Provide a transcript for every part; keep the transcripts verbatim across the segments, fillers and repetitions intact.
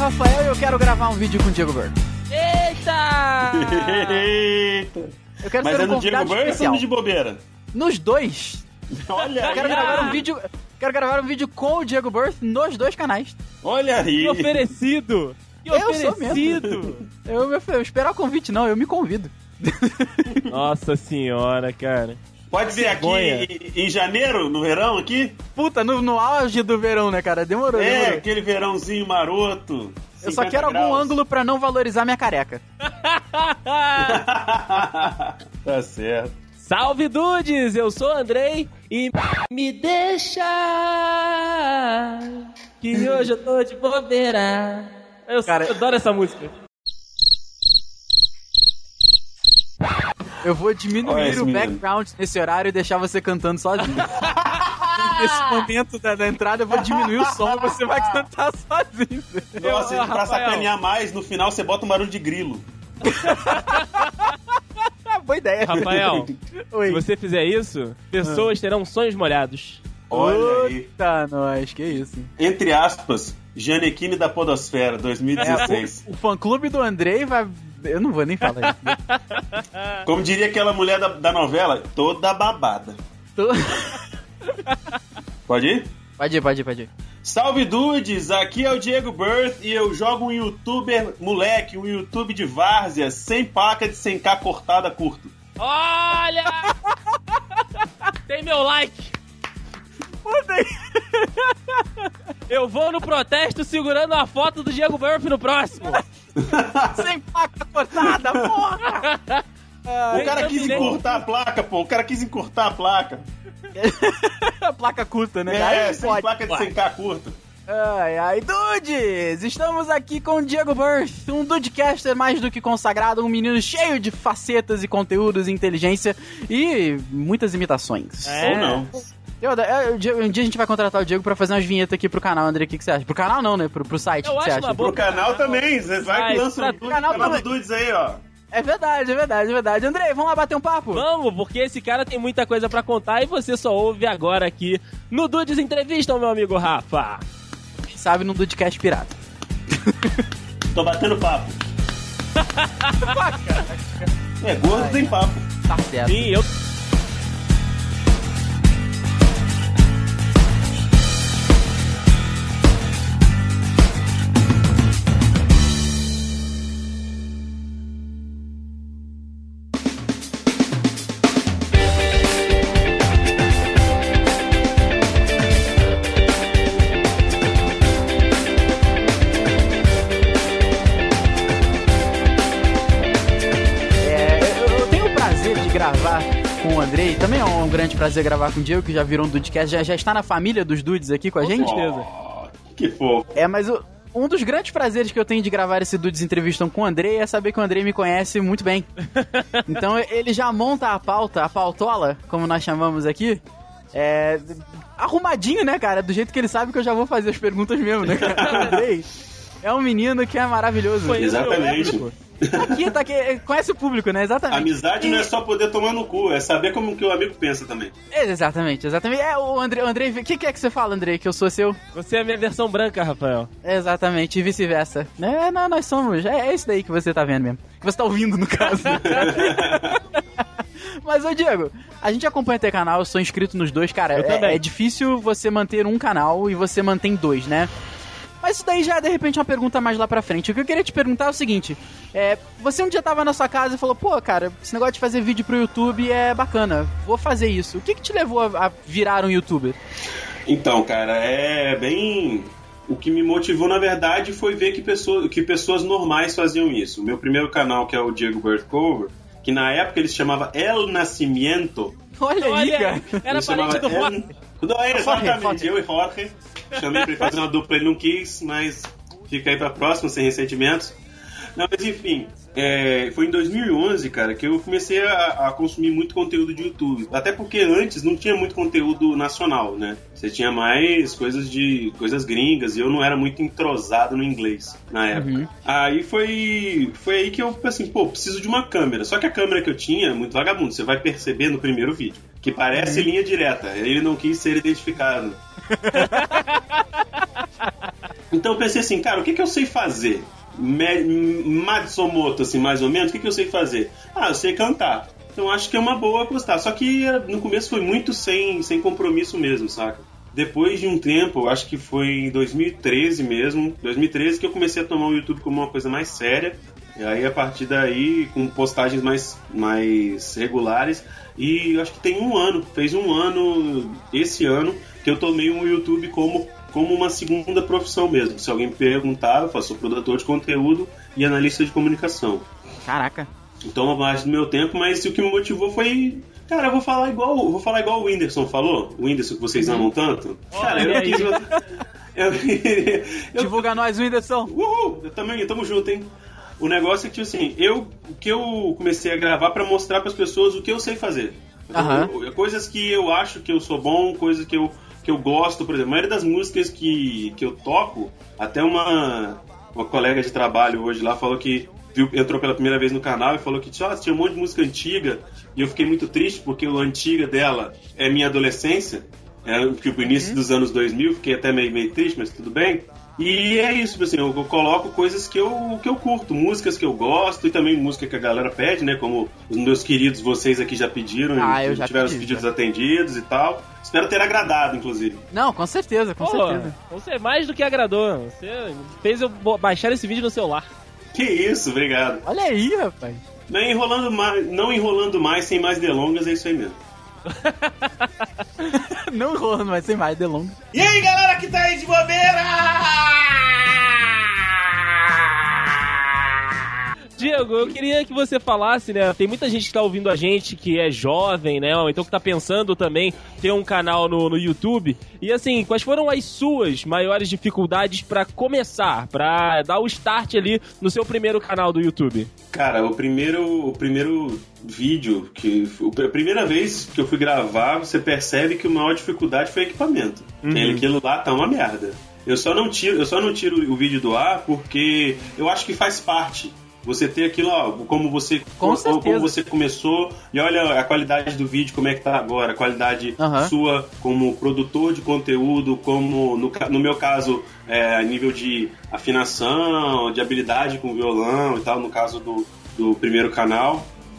Rafael e eu quero gravar um vídeo com o Diego Burr. Eita! Eita! Eu quero Mas ser é um no Diego convidado Burr ou especial. no de bobeira? Nos dois. Olha Eu aí! quero gravar um vídeo, quero gravar um vídeo com o Diego Burr nos dois canais. Olha aí! Que oferecido! Que Eu sou oferecido! Eu, eu, eu esperar o convite, não, eu me convido. Nossa senhora, cara. Pode ser aqui em, em janeiro, no verão aqui? Puta, no, no auge do verão, né, cara? Demorou, É, demorou. aquele verãozinho maroto. Eu só quero graus. algum ângulo pra não valorizar minha careca. Tá certo. Salve, dudes! Eu sou o Andrei e me deixa que hoje eu tô de bobeira. Eu, Cara, eu adoro essa música. Eu vou diminuir Olha esse o menino. background nesse horário e deixar você cantando sozinho. Nesse momento da, da entrada eu vou diminuir o som e você vai cantar sozinho. Nossa, Eu- pra Rafael. sacanear mais, no final você bota um barulho de grilo. Boa ideia. Rafael, Oi. se você fizer isso, pessoas terão sonhos molhados. Olha aí. Eita, nós, que isso. Entre aspas, Janequine da Podosfera, dois mil e dezesseis. É, o, o fã-clube do Andrei vai... Eu não vou nem falar isso. Como diria aquela mulher da, da novela, toda babada. Tô- Pode ir? Pode ir, pode ir, pode ir. Salve dudes, aqui é o Diego Birth e eu jogo um youtuber moleque, um YouTube de várzea, sem placa de cem K cortada curto. Olha! Tem meu like! Eu vou no protesto segurando a foto do Diego Burff no próximo. Sem placa cortada, porra! O cara quis também. encurtar a placa, pô, o cara quis encurtar a placa. Placa curta, né? É, Aí sem pode. placa de cem K curta. Ai, ai, dudes! Estamos aqui com o Diego Burr, um dudecaster mais do que consagrado, um menino cheio de facetas e conteúdos, inteligência e muitas imitações. É. Ou não. Eu, eu, eu, um dia a gente vai contratar o Diego pra fazer umas vinhetas aqui pro canal, André, o que, que você acha? Pro canal não, né? Pro, pro site, Eu o que você acho acha? uma boa. Pro canal também, você vai Vai, que lança pra- um dude, canal canal do também. Dudes aí, ó. É verdade, é verdade, é verdade. André, vamos lá bater um papo? Vamos, porque esse cara tem muita coisa pra contar e você só ouve agora aqui no Dudes Entrevista, meu amigo Rafa. Quem sabe no Dudecast pirata. Tô batendo papo. É, gordo tem papo. Tá certo. Sim, eu... É, eu, eu tenho o prazer de gravar com o Andrei. Também é um grande prazer gravar com o Diego, que já virou um Dudecast. Já, já está na família dos Dudes aqui com a gente. Oh, que fofo. É, mas o- um dos grandes prazeres que eu tenho de gravar esse Dudes Entrevistam com o Andrei é saber que o Andrei me conhece muito bem. Então ele já monta a pauta, a pautola, como nós chamamos aqui, é, arrumadinho, né, cara? Do jeito que ele sabe que eu já vou fazer as perguntas mesmo, né, cara? O Andrei é um menino que é maravilhoso. Foi isso. Exatamente. Tá aqui, tá aqui, conhece o público, né? Exatamente. Amizade E- não é só poder tomar no cu, é saber como que o amigo pensa também. Exatamente, exatamente. É, o Andrei, o Andrei, o que, que é que você fala, Andrei? Que eu sou seu? Você é a minha versão branca, Rafael. Exatamente, e vice-versa. É, não, nós somos. É, é isso daí que você tá vendo mesmo. Que você tá ouvindo, no caso. Mas, ô Diego, a gente acompanha teu canal, eu sou inscrito nos dois, cara. Eu é, também. é difícil você manter um canal e você mantém dois, né? Mas isso daí já é, de repente, uma pergunta mais lá pra frente. O que eu queria te perguntar é o seguinte: é, você um dia tava na sua casa e falou, pô, cara, esse negócio de fazer vídeo pro YouTube é bacana, vou fazer isso. O que que te levou a, a virar um youtuber? Então, cara, é bem... O que me motivou, na verdade, foi ver que, pessoa, que pessoas normais faziam isso. O meu primeiro canal, que é o Diego Birth Cover, que na época ele se chamava El Nascimento. Olha, aí, Olha, cara. era Ele parente do chamava Jorge. El... Não, é, exatamente, Jorge. eu e Jorge. Chamei pra ele fazer uma dupla, ele não quis, mas fica aí pra próxima, sem ressentimentos. Não, mas enfim, é, foi em dois mil e onze, cara, que eu comecei a, a consumir muito conteúdo de YouTube. Até porque antes não tinha muito conteúdo nacional, né? Você tinha mais coisas de coisas gringas e eu não era muito entrosado no inglês na época. Uhum. Aí foi, foi aí que eu assim, pô, preciso de uma câmera. Só que a câmera que eu tinha é muito vagabundo, você vai perceber no primeiro vídeo, que parece linha direta. Ele não quis ser identificado. Então eu pensei assim, cara, o que que eu sei fazer? Matsumoto, assim, mais ou menos, o que que eu sei fazer? Ah, eu sei cantar. Então acho que é uma boa apostar. Só que no começo foi muito sem, sem compromisso mesmo, saca? Depois de um tempo, acho que foi em dois mil e treze mesmo, dois mil e treze que eu comecei a tomar o YouTube como uma coisa mais séria. E aí, a partir daí, com postagens mais, mais regulares. E acho que tem um ano, fez um ano, esse ano, que eu tomei o YouTube como, como uma segunda profissão mesmo. Se alguém me perguntar, eu faço produtor de conteúdo e analista de comunicação. Caraca. Toma parte do meu tempo, mas o que me motivou foi... Cara, eu vou falar igual, vou falar igual o Whindersson falou. O Whindersson que vocês amam tanto. Cara, eu quis... Eu, eu, Divulga nós, Whindersson. Uhul! Eu também, tamo junto, hein? O negócio é que, tipo assim, eu, o que eu comecei a gravar pra mostrar pras pessoas o que eu sei fazer. Uhum. Coisas que eu acho que eu sou bom, coisas que eu, que eu gosto, por exemplo. A maioria das músicas que, que eu toco, até uma, uma colega de trabalho hoje lá falou que viu, entrou pela primeira vez no canal e falou que ah, tinha um monte de música antiga e eu fiquei muito triste porque a antiga dela é minha adolescência, é, tipo, o início uhum. dos anos dois mil, fiquei até meio, meio triste, mas tudo bem. E é isso, assim, eu, eu coloco coisas que eu, que eu curto, músicas que eu gosto e também música que a galera pede, né? Como os meus queridos, vocês aqui já pediram ah, e eu já tiveram pedi, os pedidos já. atendidos e tal. Espero ter agradado, inclusive. Não, com certeza, com Pô, certeza. Você mais do que agradou. Você fez eu baixar esse vídeo no celular. Que isso, obrigado. Olha aí, rapaz. Não enrolando mais, não enrolando mais, sem mais delongas, é isso aí mesmo. Não enrolando mais, sem mais delongas. E aí, galera que tá aí de bobeira! Diego, eu queria que você falasse, né? Tem muita gente que tá ouvindo a gente que é jovem, né? Ou então que tá pensando também ter um canal no, no YouTube. E assim, quais foram as suas maiores dificuldades pra começar, pra dar o start ali no seu primeiro canal do YouTube? Cara, o primeiro, o primeiro vídeo, que a primeira vez que eu fui gravar, você percebe que a maior dificuldade foi o equipamento. Uhum. Aquilo lá tá uma merda. Eu só não tiro, eu só não tiro o vídeo do ar porque eu acho que faz parte. Você ter aquilo, ó, como você, Com como, como você começou, e olha a qualidade do vídeo, como é que tá agora, a qualidade uhum. sua como produtor de conteúdo, como no, no meu caso, é, a nível de afinação, de habilidade com violão e tal, no caso do, do primeiro canal.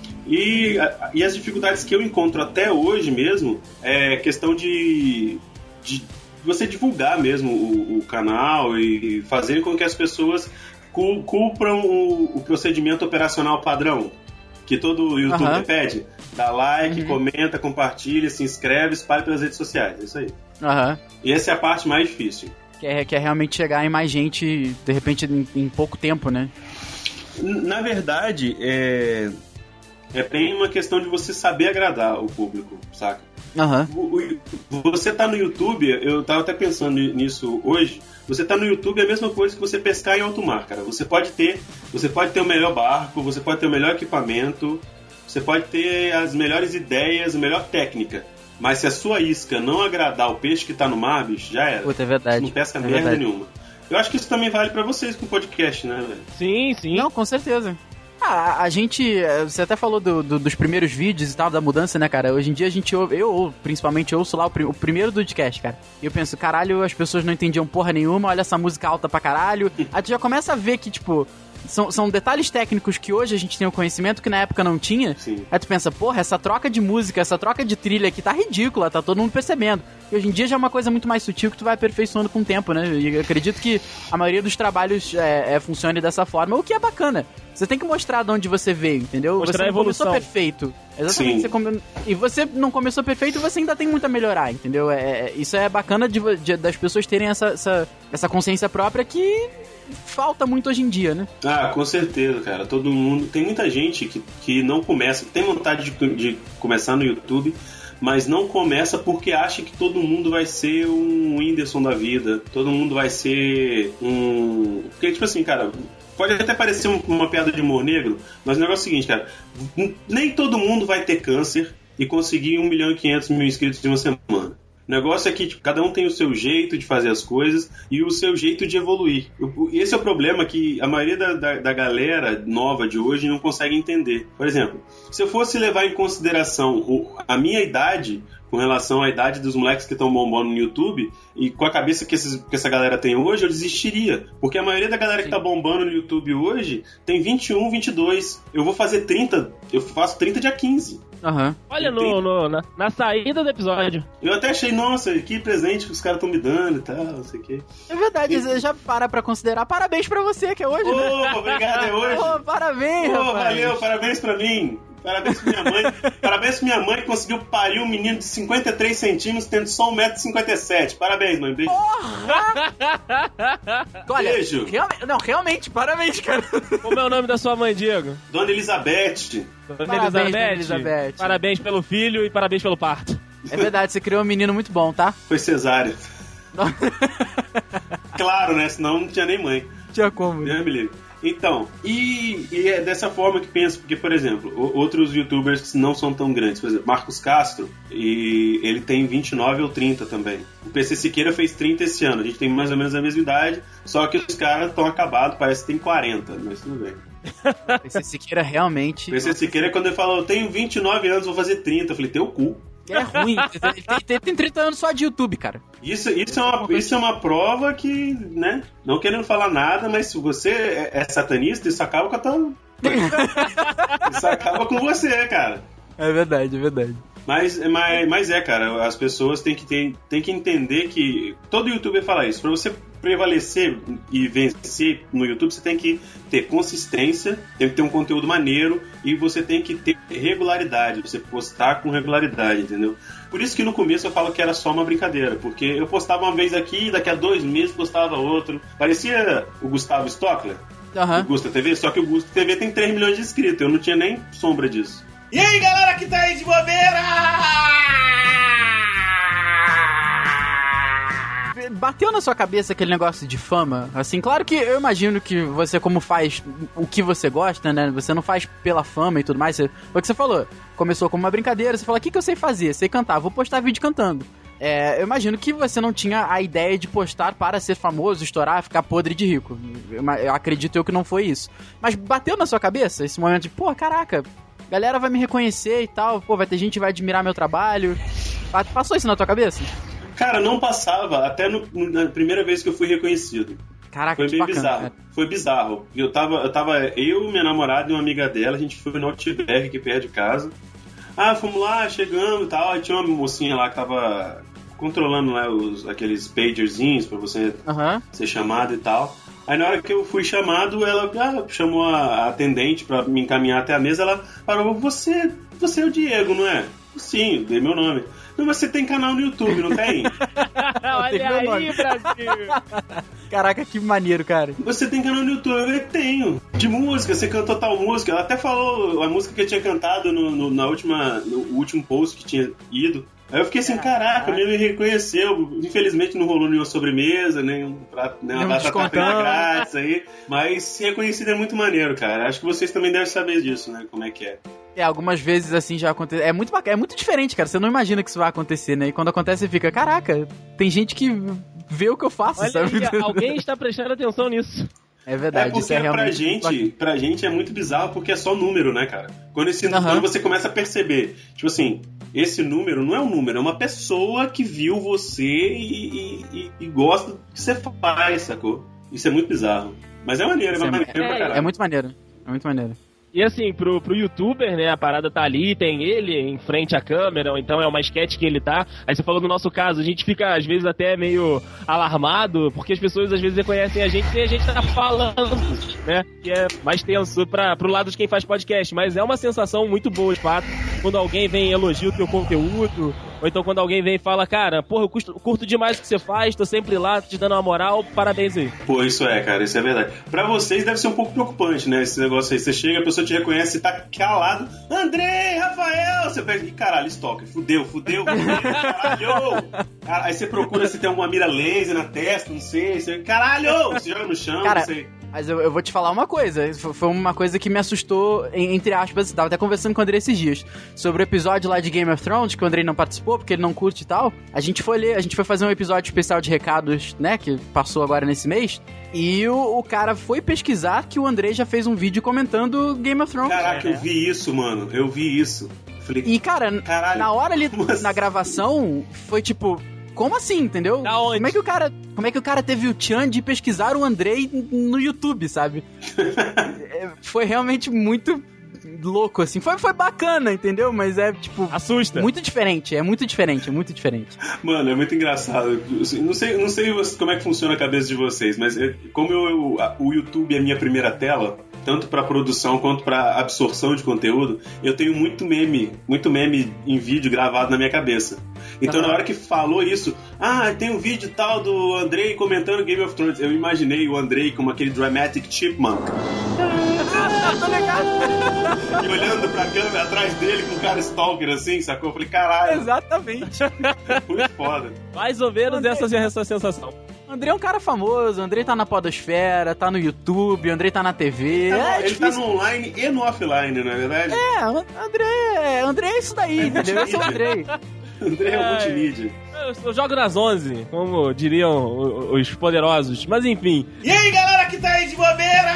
E, e as dificuldades que eu encontro até hoje mesmo é questão de, de você divulgar mesmo o, o canal e fazer com que as pessoas cumpram o, o procedimento operacional padrão que todo youtuber uhum. pede. Dá like, uhum. comenta, compartilha, se inscreve, espalha pelas redes sociais. É isso aí. Uhum. E essa é a parte mais difícil. Que é, que é realmente chegar em mais gente, de repente, em, em pouco tempo, né? Na verdade, é... é bem uma questão de você saber agradar o público, saca? Uhum. Você tá no YouTube, eu tava até pensando nisso hoje. Você tá no YouTube é a mesma coisa que você pescar em alto mar, cara. Você pode ter, você pode ter o melhor barco, você pode ter o melhor equipamento, você pode ter as melhores ideias, a melhor técnica. Mas se a sua isca não agradar o peixe que tá no mar, bicho, já era. Puta, é verdade. Você não pesca é merda verdade. nenhuma. Eu acho que isso também vale pra vocês com o podcast, né, velho? Sim, sim. Não, com certeza. Ah, a gente, você até falou do, do, dos primeiros vídeos e tal, da mudança, né, cara? Hoje em dia a gente ouve, eu principalmente ouço lá o, o primeiro do podcast, cara. E eu penso, caralho, as pessoas não entendiam porra nenhuma, olha essa música alta pra caralho. Aí tu já começa a ver que, tipo, são, são detalhes técnicos que hoje a gente tem o conhecimento que na época não tinha. Sim. Aí tu pensa, porra, essa troca de música, essa troca de trilha aqui tá ridícula, tá todo mundo percebendo. E hoje em dia já é uma coisa muito mais sutil que tu vai aperfeiçoando com o tempo, né? E eu acredito que a maioria dos trabalhos é, é, funcione dessa forma, o que é bacana. Você tem que mostrar de onde você veio, entendeu? Mostrar você não a evolução. começou perfeito. Exatamente. Você come... E você não começou perfeito e você ainda tem muito a melhorar, entendeu? É, é, isso é bacana de, de, das pessoas terem essa, essa, essa consciência própria que falta muito hoje em dia, né? Ah, com certeza, cara. Todo mundo... Tem muita gente que, que não começa, que tem vontade de, de começar no YouTube, mas não começa porque acha que todo mundo vai ser um Whindersson da vida, todo mundo vai ser um... Porque, tipo assim, cara... Pode até parecer uma piada de humor negro, mas o negócio é o seguinte, cara. Nem todo mundo vai ter câncer e conseguir um milhão e quinhentos mil inscritos em uma semana. O negócio é que tipo, cada um tem o seu jeito de fazer as coisas e o seu jeito de evoluir. Esse é o problema que a maioria da, da, da galera nova de hoje não consegue entender. Por exemplo, se eu fosse levar em consideração o, a minha idade com relação à idade dos moleques que estão bombando no YouTube e com a cabeça que, esses, que essa galera tem hoje, eu desistiria. Porque a maioria da galera Sim. que tá bombando no YouTube hoje tem vinte e um, vinte e dois. Eu vou fazer trinta, eu faço trinta dia quinze. Uhum. Olha, no, no, na, na saída do episódio. Eu até achei, nossa, que presente que os caras estão me dando e tal, não sei o quê. É verdade, e... já para pra considerar. Parabéns pra você, que é hoje, oh, né? Obrigado, é hoje. Oh, parabéns, oh, rapaz. Valeu, parabéns pra mim. Parabéns pra minha mãe. Parabéns pra minha mãe que conseguiu parir um menino de cinquenta e três centímetros tendo só um metro e cinquenta e sete. Parabéns, mãe. Beijo. Olha, Beijo. Realmente, não, realmente, parabéns, cara. Como é o nome da sua mãe, Diego? Dona Elizabeth. Dona Parabéns, Elizabeth. Dona Elizabeth. Parabéns pelo filho e parabéns pelo parto. É verdade, você criou um menino muito bom, tá? Foi cesárea. Claro, né? Senão não tinha nem mãe. Tinha como. Deus me livre. Então, e, e é dessa forma que penso, porque, por exemplo, outros youtubers que não são tão grandes, por exemplo, Marcos Castro, e ele tem vinte e nove ou trinta também. O P C Siqueira fez trinta esse ano, a gente tem mais ou menos a mesma idade, só que os caras estão acabados, parece que tem quarenta, mas tudo bem. O P C Siqueira realmente... O P C Siqueira, quando ele falou, eu tenho vinte e nove anos, vou fazer trinta, eu falei, teu cu. É ruim, ele tem, tem, tem trinta anos só de YouTube, cara. Isso, isso, é uma, isso é uma prova que, né, não querendo falar nada, mas se você é, é satanista, isso acaba com a tua... Isso acaba com você, cara. É verdade, é verdade. Mas, mas, mas é, cara, as pessoas têm que, ter, têm que entender que... Todo youtuber fala isso. Pra você prevalecer e vencer no YouTube, você tem que ter consistência, tem que ter um conteúdo maneiro e você tem que ter regularidade, você postar com regularidade, entendeu? Por isso que no começo eu falo que era só uma brincadeira, porque eu postava uma vez aqui, daqui a dois meses postava outro. Parecia o Gustavo Stockler, uhum. o Gusta T V, só que o Gusta T V tem três milhões de inscritos, eu não tinha nem sombra disso. E aí, galera que tá aí de bobeira! Bateu na sua cabeça aquele negócio de fama? Assim, claro que eu imagino que você, como faz o que você gosta, né? Você não faz pela fama e tudo mais. Você, foi o que você falou. Começou como uma brincadeira, você falou, o que, que eu sei fazer? Sei cantar, vou postar vídeo cantando. É, eu imagino que você não tinha a ideia de postar para ser famoso, estourar, ficar podre de rico. Eu, eu acredito eu que não foi isso. Mas bateu na sua cabeça esse momento de, pô, caraca, galera vai me reconhecer e tal, pô, vai ter gente que vai admirar meu trabalho. Passou isso na tua cabeça? Cara, não passava, até no, na primeira vez que eu fui reconhecido. Caraca, foi que bem bacana, bizarro. Cara. Foi bizarro. Eu tava, eu tava, eu, minha namorada e uma amiga dela, a gente foi no Outback aqui perto de casa. Ah, fomos lá, chegamos e tal. Aí tinha uma mocinha lá que tava controlando lá os, aqueles pagerzinhos pra você uhum. ser chamado e tal. Aí na hora que eu fui chamado, ela ah, chamou a atendente pra me encaminhar até a mesa. Ela falou, você, você é o Diego, não é? Sim, dei meu nome. Não, mas você tem canal no YouTube, não tem? Olha aí, Brasil! Caraca, que maneiro, cara. Você tem canal no YouTube? Eu tenho. De música, você cantou tal música. Ela até falou a música que eu tinha cantado no, no, na última, no último post que tinha ido. Aí eu fiquei assim, caraca, ele me reconheceu. Infelizmente não rolou nenhuma sobremesa, nem um prato, nem uma batata grátis aí. Mas reconhecido é muito maneiro, cara. Acho que vocês também devem saber disso, né? Como é que é. É, algumas vezes assim já acontece. É muito bacana, é muito diferente, cara. Você não imagina que isso vai acontecer, né? E quando acontece, você fica, caraca, tem gente que vê o que eu faço, olha sabe? Aí, alguém está prestando atenção nisso. É verdade, é porque isso é realmente pra gente, pra gente é muito bizarro porque é só número, né, cara? Quando, esse, uhum. quando você começa a perceber, tipo assim, esse número não é um número, é uma pessoa que viu você e, e, e gosta do que você faz, sacou? Isso é muito bizarro. Mas é maneiro, é, é maneiro é, pra caralho. É muito maneiro, é muito maneiro. E assim, pro, pro youtuber, né, a parada tá ali, tem ele em frente à câmera, ou então é uma sketch que ele tá. Aí você falou no nosso caso, a gente fica às vezes até meio alarmado, porque as pessoas às vezes reconhecem a gente e a gente tá falando, né, que é mais tenso pra, pro lado de quem faz podcast. Mas é uma sensação muito boa, de fato, quando alguém vem e elogia o teu conteúdo, ou então quando alguém vem e fala, cara, porra, eu curto, curto demais o que você faz, tô sempre lá, te dando uma moral, parabéns aí. Pô, isso é, cara, isso é verdade. Pra vocês deve ser um pouco preocupante, né, esse negócio aí. Você chega, a pessoa te reconhece e tá calado. Andrei, Rafael! Você pensa, caralho, stalker, fudeu, fudeu, fudeu, caralho! Aí você procura se tem alguma mira laser na testa, não sei, você, caralho! Você joga no chão, cara, não sei. Mas eu, eu vou te falar uma coisa, foi uma coisa que me assustou, entre aspas, tava até conversando com o André esses dias, sobre o episódio lá de Game of Thrones, que o André não participou, porque ele não curte e tal. A gente foi ler, a gente foi fazer um episódio especial de recados, né, que passou agora nesse mês, e o, o cara foi pesquisar que o André já fez um vídeo comentando Game of Thrones. Caraca, eu vi isso, mano, eu vi isso. Falei, e, cara, caralho, na hora ali, assim? Na gravação, foi tipo... Como assim, entendeu? Da onde? Como é que o cara, como é que o cara teve o tchan de pesquisar o Andrei no YouTube, sabe? Foi realmente muito louco, assim. Foi, foi bacana, entendeu? Mas é, tipo... Assusta. Muito diferente, é muito diferente, é muito diferente. Mano, é muito engraçado. Não sei, não sei como é que funciona a cabeça de vocês, mas eu, como eu, o YouTube é a minha primeira tela, tanto pra produção quanto pra absorção de conteúdo, eu tenho muito meme, muito meme em vídeo gravado na minha cabeça. Então, uhum. na hora que falou isso, ah, tem um vídeo tal do Andrei comentando Game of Thrones, eu imaginei o Andrei como aquele dramatic chipmunk. Tô ligado. E olhando pra câmera atrás dele com um cara stalker assim, sacou? Eu falei, caralho. Exatamente. Muito foda. Mais ou menos Andrei... essa, essa sensação. O Andrei é um cara famoso, o Andrei tá na podosfera, tá no YouTube, o Andrei tá na T V. Tá, é ele difícil. tá no online e no offline, não é verdade? É, o Andrei, Andrei é isso daí, entendeu? Esse é o Andrei. André é o multimídia. Eu, eu jogo nas onze, como diriam os poderosos. Mas enfim. E aí, galera que tá aí de bobeira?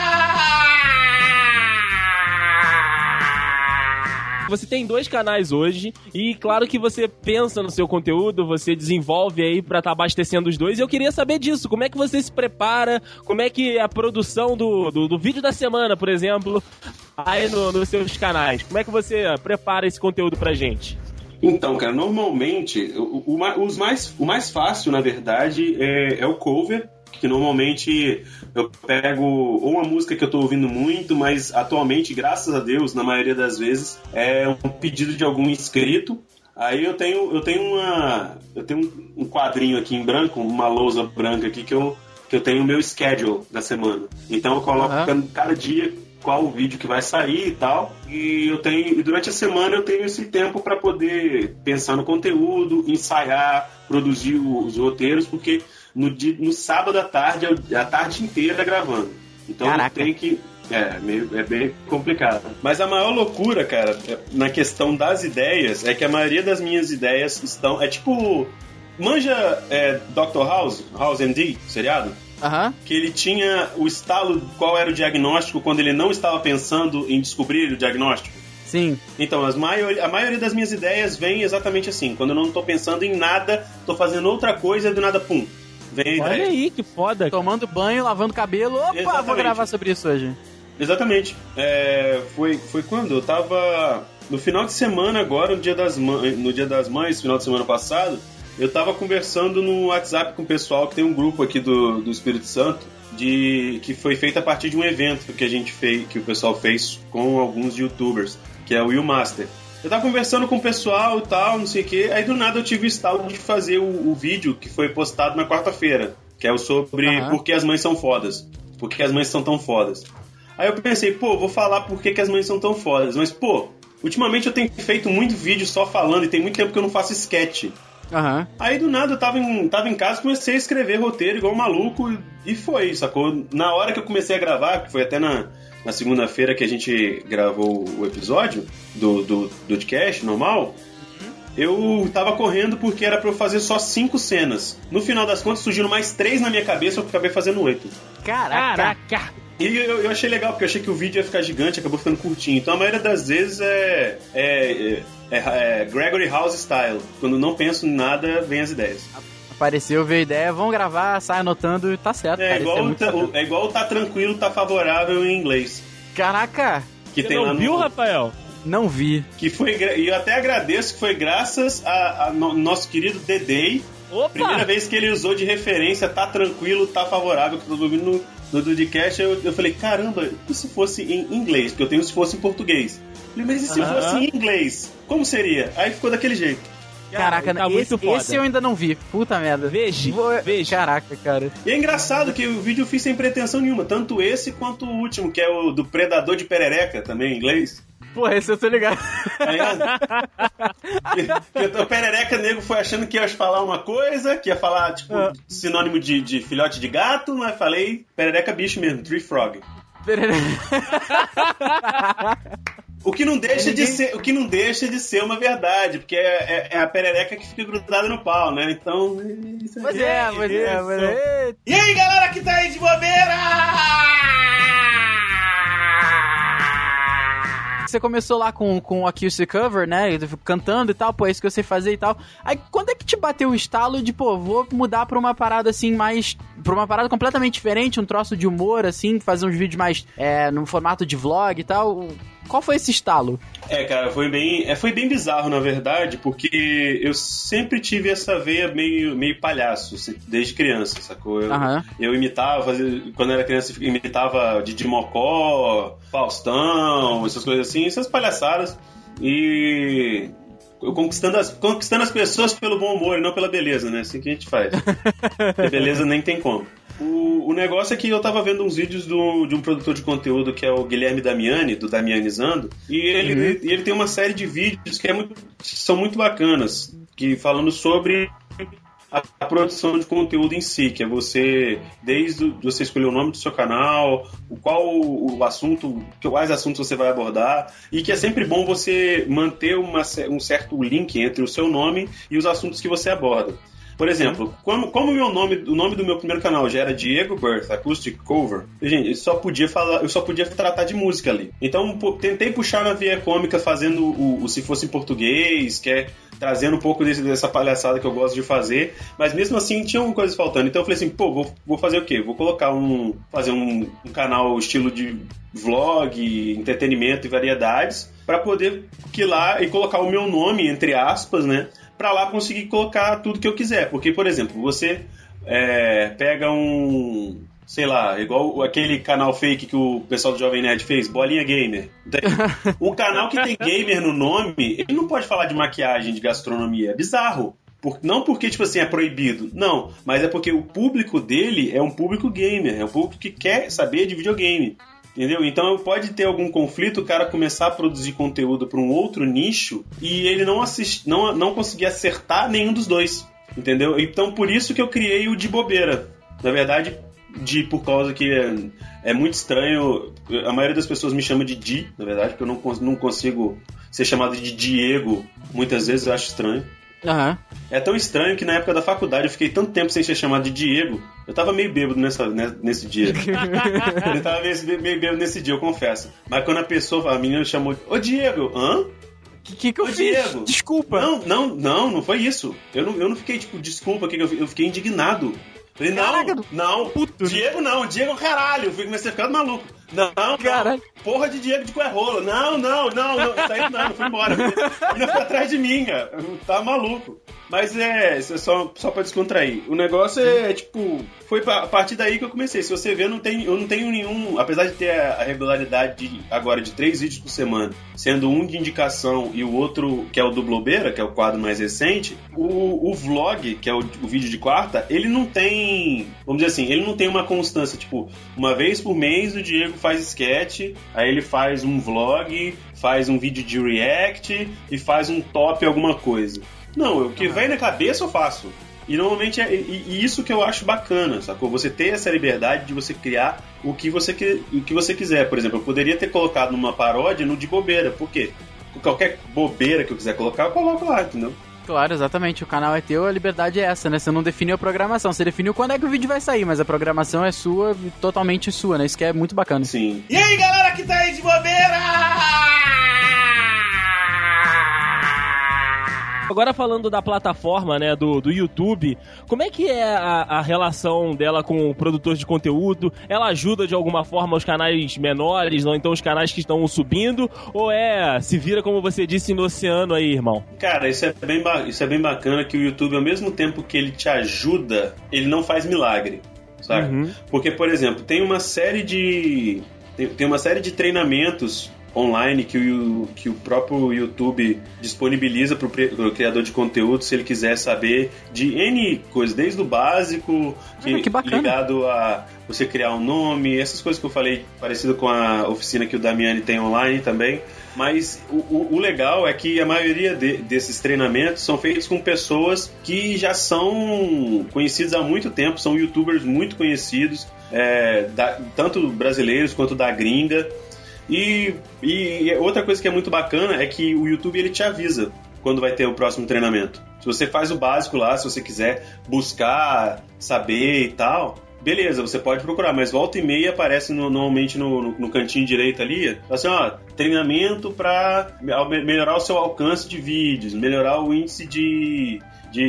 Você tem dois canais hoje e claro que você pensa no seu conteúdo, você desenvolve aí pra estar tá abastecendo os dois. E eu queria saber disso, como é que você se prepara, como é que é a produção do, do, do vídeo da semana, por exemplo, aí no, nos seus canais. Como é que você prepara esse conteúdo pra gente? Então, cara, normalmente, o, o, os mais, o mais fácil, na verdade, é, é o cover, que normalmente eu pego ou uma música que eu tô ouvindo muito, mas atualmente, graças a Deus, na maioria das vezes, é um pedido de algum inscrito. Aí eu tenho, eu tenho, uma, eu tenho um quadrinho aqui em branco, uma lousa branca aqui, que eu, que eu tenho o meu schedule da semana. Então eu coloco uhum. cada dia qual o vídeo que vai sair e tal, e eu tenho, e durante a semana eu tenho esse tempo para poder pensar no conteúdo, ensaiar, produzir os roteiros, porque no, dia, no sábado à tarde, a tarde inteira gravando. Então tem que... É, meio, é bem complicado. Mas a maior loucura, cara, na questão das ideias, é que a maioria das minhas ideias estão... É tipo... Manja é, doutor House? House M D, seriado? Uhum. Que ele tinha o estalo, qual era o diagnóstico quando ele não estava pensando em descobrir o diagnóstico. Sim. Então, as maior, a maioria das minhas ideias vem exatamente assim. Quando eu não estou pensando em nada, estou fazendo outra coisa e do nada, pum, vem a Olha ideia. aí, que foda. Tomando banho, lavando cabelo. Opa, exatamente. Vou gravar sobre isso hoje. Exatamente. É, foi, foi quando? Eu tava no final de semana agora, no dia das, mães, no dia das Mães, final de semana passado, eu tava conversando no WhatsApp com o pessoal que tem um grupo aqui do, do Espírito Santo, de, que foi feito a partir de um evento que a gente fez, que o pessoal fez com alguns youtubers, que é o Will Master. Eu tava conversando com o pessoal e tal, não sei o que, aí do nada eu tive o estalo de fazer o, o vídeo que foi postado na quarta-feira, que é o sobre uhum. por que as mães são fodas, por que as mães são tão fodas. Aí eu pensei, pô, vou falar por que, que as mães são tão fodas, mas pô, ultimamente eu tenho feito muito vídeo só falando e tem muito tempo que eu não faço sketch. Uhum. Aí do nada eu tava em, tava em casa, comecei a escrever roteiro igual um maluco e foi, sacou? Na hora que eu comecei a gravar, que foi até na, na segunda-feira que a gente gravou o episódio do, do, do podcast normal, uhum. eu tava correndo porque era pra eu fazer só cinco cenas. No final das contas surgiram mais três na minha cabeça, eu acabei fazendo oito. Caraca! Caraca. E eu, eu achei legal, porque eu achei que o vídeo ia ficar gigante, acabou ficando curtinho. Então a maioria das vezes é, é, é, é Gregory House style. Quando não penso em nada, vem as ideias. Apareceu, veio a ideia, vamos gravar, sai anotando e tá certo. É, cara, igual, é, o tá, o, é igual o tá tranquilo, tá favorável em inglês. Caraca! Que Você tem não lá no... viu, Rafael? Não vi. Que foi, e eu até agradeço que foi graças a, a no, nosso querido Dedei. Opa! Primeira vez que ele usou de referência, tá tranquilo, tá favorável, que eu tô ouvindo no, no Dudcast, eu, eu falei, caramba, e se fosse em inglês? Porque eu tenho se fosse em português. Eu falei, mas e se uh-huh. fosse em inglês? Como seria? Aí ficou daquele jeito. Caraca, tá esse, muito esse eu ainda não vi. Puta merda. Veja, Vou... veja. Caraca, cara. E é engraçado que o vídeo eu fiz sem pretensão nenhuma, tanto esse quanto o último, que é o do Predador de Perereca, também em inglês. Pô, esse eu tô ligado. O Perereca Nego foi achando que ia falar uma coisa, que ia falar, tipo, ah. sinônimo de, de filhote de gato, mas falei Perereca bicho mesmo, Tree Frog. Perereca. O que não deixa de ser, o que não deixa de ser uma verdade, porque é, é, é a perereca que fica grudada no pau, né? Então, isso Mas é, mas é, mas é. E aí, galera que tá aí de bobeira! Você começou lá com, com o Acoustic Cover, né? Cantando e tal, pô, é isso que eu sei fazer e tal. Aí, quando é que te bateu o estalo de, pô, vou mudar pra uma parada assim, mais... Pra uma parada completamente diferente, um troço de humor, assim, fazer uns vídeos mais é, no formato de vlog e tal... Qual foi esse estalo? É, cara, foi bem, é, foi bem bizarro, na verdade, porque eu sempre tive essa veia meio, meio palhaço, desde criança, sacou? Eu, uhum. eu imitava, fazia, quando era criança, eu imitava Didi Mocó, Faustão, essas coisas assim, essas palhaçadas. E... Eu conquistando as, conquistando as pessoas pelo bom humor e não pela beleza, né? Assim que a gente faz. Porque beleza nem tem como. O, o negócio é que eu tava vendo uns vídeos do, de um produtor de conteúdo que é o Guilherme Damiani, do Damianizando, e ele, uhum. ele, ele tem uma série de vídeos que é muito, são muito bacanas, que falando sobre a, a produção de conteúdo em si, que é você, desde você escolher o nome do seu canal, o qual o, o assunto, quais assuntos você vai abordar, e que é sempre bom você manter uma, um certo link entre o seu nome e os assuntos que você aborda. Por exemplo, como, como meu nome, o nome do meu primeiro canal já era Diego Birth, Acoustic Cover, gente, eu só podia falar, eu só podia tratar de música ali. Então, pô, tentei puxar na veia cômica fazendo o, o Se Fosse em Português, que é trazendo um pouco desse, dessa palhaçada que eu gosto de fazer, mas mesmo assim tinha uma coisa faltando. Então eu falei assim, pô, vou, vou fazer o quê? Vou colocar um, fazer um, um canal estilo de vlog, entretenimento e variedades, para poder ir lá e colocar o meu nome, entre aspas, né? Pra lá conseguir colocar tudo que eu quiser. Porque, por exemplo, você é, pega um... Sei lá, igual aquele canal fake que o pessoal do Jovem Nerd fez, Bolinha Gamer. Um canal que tem gamer no nome, ele não pode falar de maquiagem, de gastronomia. É bizarro. Por, não porque, tipo assim, é proibido. Não, mas é porque o público dele é um público gamer. É um público que quer saber de videogame. Entendeu? Então pode ter algum conflito, o cara começar a produzir conteúdo para um outro nicho e ele não, assist, não, não conseguir acertar nenhum dos dois. Entendeu? Então por isso que eu criei o De Bobeira. Na verdade, de, por causa que é, é muito estranho. A maioria das pessoas me chama de Di, na verdade, porque eu não, não consigo ser chamado de Diego. Muitas vezes eu acho estranho. Uhum. É tão estranho que na época da faculdade eu fiquei tanto tempo sem ser chamado de Diego. Eu tava meio bêbado nessa, nesse dia. Eu tava meio, meio bêbado nesse dia, eu confesso. Mas quando a pessoa, a menina chamou, ô Diego, hã? Que, que que eu Ô, fiz? Diego. Desculpa. Não, não, não, não foi isso. Eu não, eu não fiquei tipo, desculpa, que eu, eu fiquei indignado. Falei, não, Caraca, não, puto. Diego não, Diego caralho. Eu comecei a ficar maluco. Não, não, Caralho. Porra de Diego de Coerrola. Não, não, não, não. Isso aí não, não foi embora. Ainda foi atrás de mim, cara. Tá maluco. Mas é, só, só pra descontrair. O negócio é, tipo, foi a partir daí que eu comecei. Se você ver, não tem, eu não tenho nenhum... Apesar de ter a regularidade de, agora de três vídeos por semana, sendo um de indicação e o outro, que é o do Blobeira, que é o quadro mais recente, o, o vlog, que é o, o vídeo de quarta, ele não tem... Vamos dizer assim, ele não tem uma constância. Tipo, uma vez por mês o Diego faz sketch, aí ele faz um vlog, faz um vídeo de react e faz um top alguma coisa. Não, o que vem na cabeça eu faço. E normalmente é e, e isso que eu acho bacana, sacou? Você ter essa liberdade de você criar o que você, o que você quiser. Por exemplo, eu poderia ter colocado numa paródia no De Bobeira. Por quê? Qualquer bobeira que eu quiser colocar, eu coloco lá, entendeu? Claro, exatamente. O canal é teu, a liberdade é essa, né? Você não definiu a programação. Você definiu quando é que o vídeo vai sair, mas a programação é sua, totalmente sua, né? Isso que é muito bacana. Sim. E aí, galera que tá aí de bobeira! Agora falando da plataforma, né, do, do YouTube, como é que é a, a relação dela com produtores de conteúdo? Ela ajuda de alguma forma os canais menores, ou então os canais que estão subindo? Ou é, se vira como você disse, no oceano aí, irmão? Cara, isso é bem, isso é bem bacana que o YouTube, ao mesmo tempo que ele te ajuda, ele não faz milagre, sabe? Uhum. Porque, por exemplo, tem uma série de... Tem, tem uma série de treinamentos online que o, que o próprio YouTube disponibiliza para o criador de conteúdo, se ele quiser saber de N coisas, desde o básico, que, ah, que bacana. ligado a você criar um nome, essas coisas que eu falei, parecido com a oficina que o Damiani tem online também. Mas o, o, o legal é que a maioria de, desses treinamentos são feitos com pessoas que já são conhecidas há muito tempo, são youtubers muito conhecidos, é, da, tanto brasileiros quanto da gringa. E, e outra coisa que é muito bacana é que o YouTube ele te avisa quando vai ter o próximo treinamento. Se você faz o básico lá, se você quiser buscar, saber e tal, beleza, você pode procurar, mas volta e meia aparece no, normalmente no, no, no cantinho direito ali, assim, ó, treinamento para melhorar o seu alcance de vídeos, melhorar o índice de,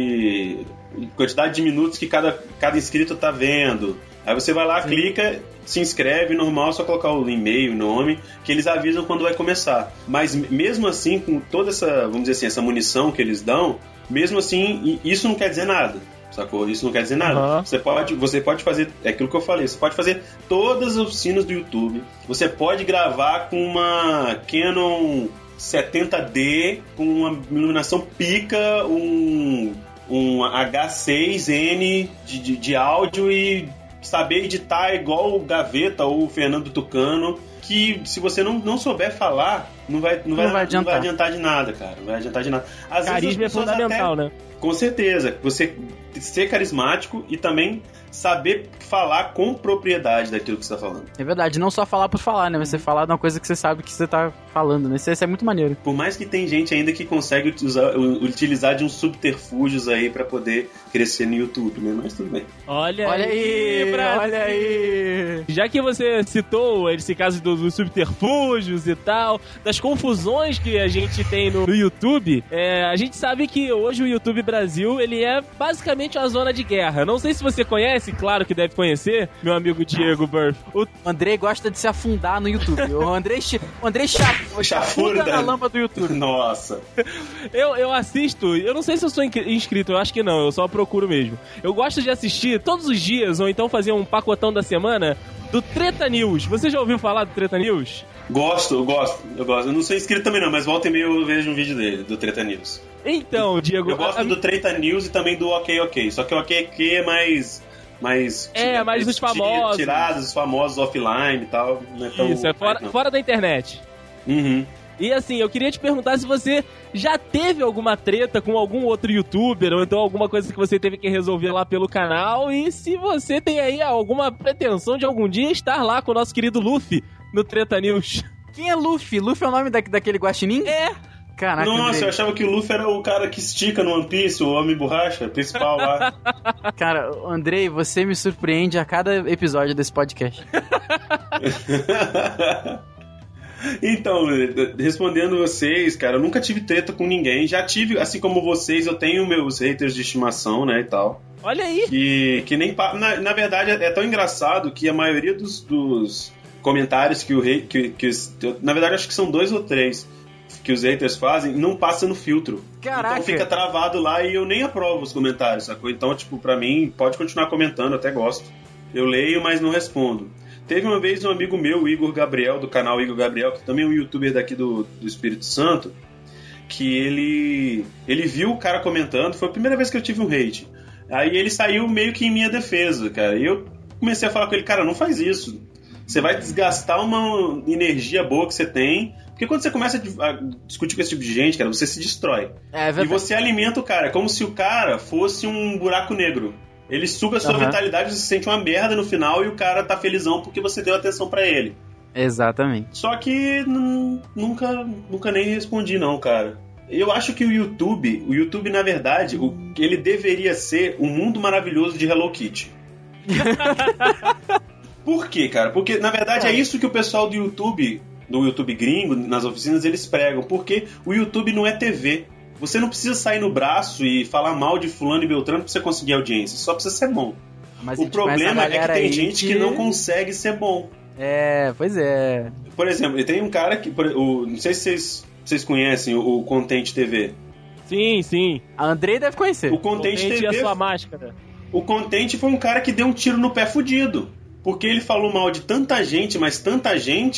de quantidade de minutos que cada, cada inscrito tá vendo. Aí você vai lá, Sim. clica, se inscreve, normal, só colocar o e-mail, o nome, que eles avisam quando vai começar. Mas mesmo assim, com toda essa, vamos dizer assim, essa munição que eles dão, mesmo assim, isso não quer dizer nada. Sacou? Isso não quer dizer nada. Uhum. Você pode, você pode fazer, é aquilo que eu falei, você pode fazer todas as oficinas do YouTube. Você pode gravar com uma Canon setenta D, com uma iluminação pica, um, um H seis N de, de, de áudio e saber editar igual o Gaveta ou o Fernando Tucano, que se você não, não souber falar, não vai, não, não, vai, vai não vai adiantar de nada, cara. Não vai adiantar de nada. Às Carisma vezes é fundamental, até, né? Com certeza. Você ser carismático e também saber falar com propriedade daquilo que você tá falando. É verdade, não só falar por falar, né? Você falar de uma coisa que você sabe que você tá falando, né? Isso, isso é muito maneiro. Por mais que tem gente ainda que consegue usar, utilizar de uns subterfúgios aí pra poder crescer no YouTube, né? Mas tudo bem. Olha, olha aí, aí Brasil. Olha aí! Já que você citou esse caso dos, dos subterfúgios e tal, das confusões que a gente tem no, no YouTube, é, a gente sabe que hoje o YouTube Brasil, ele é basicamente uma zona de guerra. Não sei se você conhece, claro que deve conhecer, meu amigo Diego Burff. O Andrei gosta de se afundar no YouTube. O Andrei, o Andrei chafurda, chafurda na lâmpada do YouTube. Nossa. Eu, eu assisto, eu não sei se eu sou inscrito, eu acho que não, eu só procuro mesmo. Eu gosto de assistir todos os dias, ou então fazer um pacotão da semana do Treta News. Você já ouviu falar do Treta News? Gosto, eu gosto, eu gosto. Eu não sou inscrito também não, mas volta e meia eu vejo um vídeo dele, do Treta News. Então, Diego... Eu gosto a... do Treta News e também do Ok Ok, só que o Ok Ok é mais... mais é, mais dos famosos. Tirados, os famosos offline e tal. Não é tão... Isso, é fora, fora da internet. Uhum. E assim, eu queria te perguntar se você já teve alguma treta com algum outro youtuber, ou então alguma coisa que você teve que resolver lá pelo canal, e se você tem aí alguma pretensão de algum dia estar lá com o nosso querido Luffy no Treta News. Quem é Luffy? Luffy é o nome da, daquele guaxinim? É. Caraca, Nossa, Andrei. Eu achava que o Luffy era o cara que estica no One Piece, o Homem Borracha, principal lá. Cara, Andrei, você me surpreende a cada episódio desse podcast. Então, respondendo vocês, cara, eu nunca tive treta com ninguém. Já tive, assim como vocês, eu tenho meus haters de estimação, né, e tal. Olha aí! Que, que nem... Na, na verdade, é tão engraçado que a maioria dos, dos comentários que o rei... Que, que os, na verdade, acho que são dois ou três que os haters fazem, não passa no filtro. Caraca! Então fica travado lá e eu nem aprovo os comentários, sacou? Então, tipo, pra mim, pode continuar comentando, até gosto. Eu leio, mas não respondo. Teve uma vez um amigo meu, o Igor Gabriel, do canal Igor Gabriel, que também é um youtuber daqui do, do Espírito Santo, que ele, ele viu o cara comentando, foi a primeira vez que eu tive um hate. Aí ele saiu meio que em minha defesa, cara. E eu comecei a falar com ele, cara, não faz isso. Você vai desgastar uma energia boa que você tem, porque quando você começa a discutir com esse tipo de gente, cara, você se destrói. É verdade. E você alimenta o cara, é como se o cara fosse um buraco negro. Ele suga a sua uhum. vitalidade, você se sente uma merda no final e o cara tá felizão porque você deu atenção pra ele. Exatamente. Só que n- nunca, nunca nem respondi não, cara. Eu acho que o YouTube, o YouTube na verdade, o, ele deveria ser um mundo maravilhoso de Hello Kitty. Por quê, cara? Porque na verdade é isso que o pessoal do YouTube, do YouTube gringo, nas oficinas, eles pregam. Porque o YouTube não é T V. Você não precisa sair no braço e falar mal de fulano e beltrano pra você conseguir audiência. Só precisa ser bom. Mas o problema é que tem gente que... que não consegue ser bom. É, pois é. Por exemplo, tem um cara que... O, não sei se vocês, vocês conhecem o, o Content T V. Sim, sim. A Andrei deve conhecer. O Content, Content T V... e a sua máscara. O Content foi um cara que deu um tiro no pé fudido. Porque ele falou mal de tanta gente, mas tanta gente...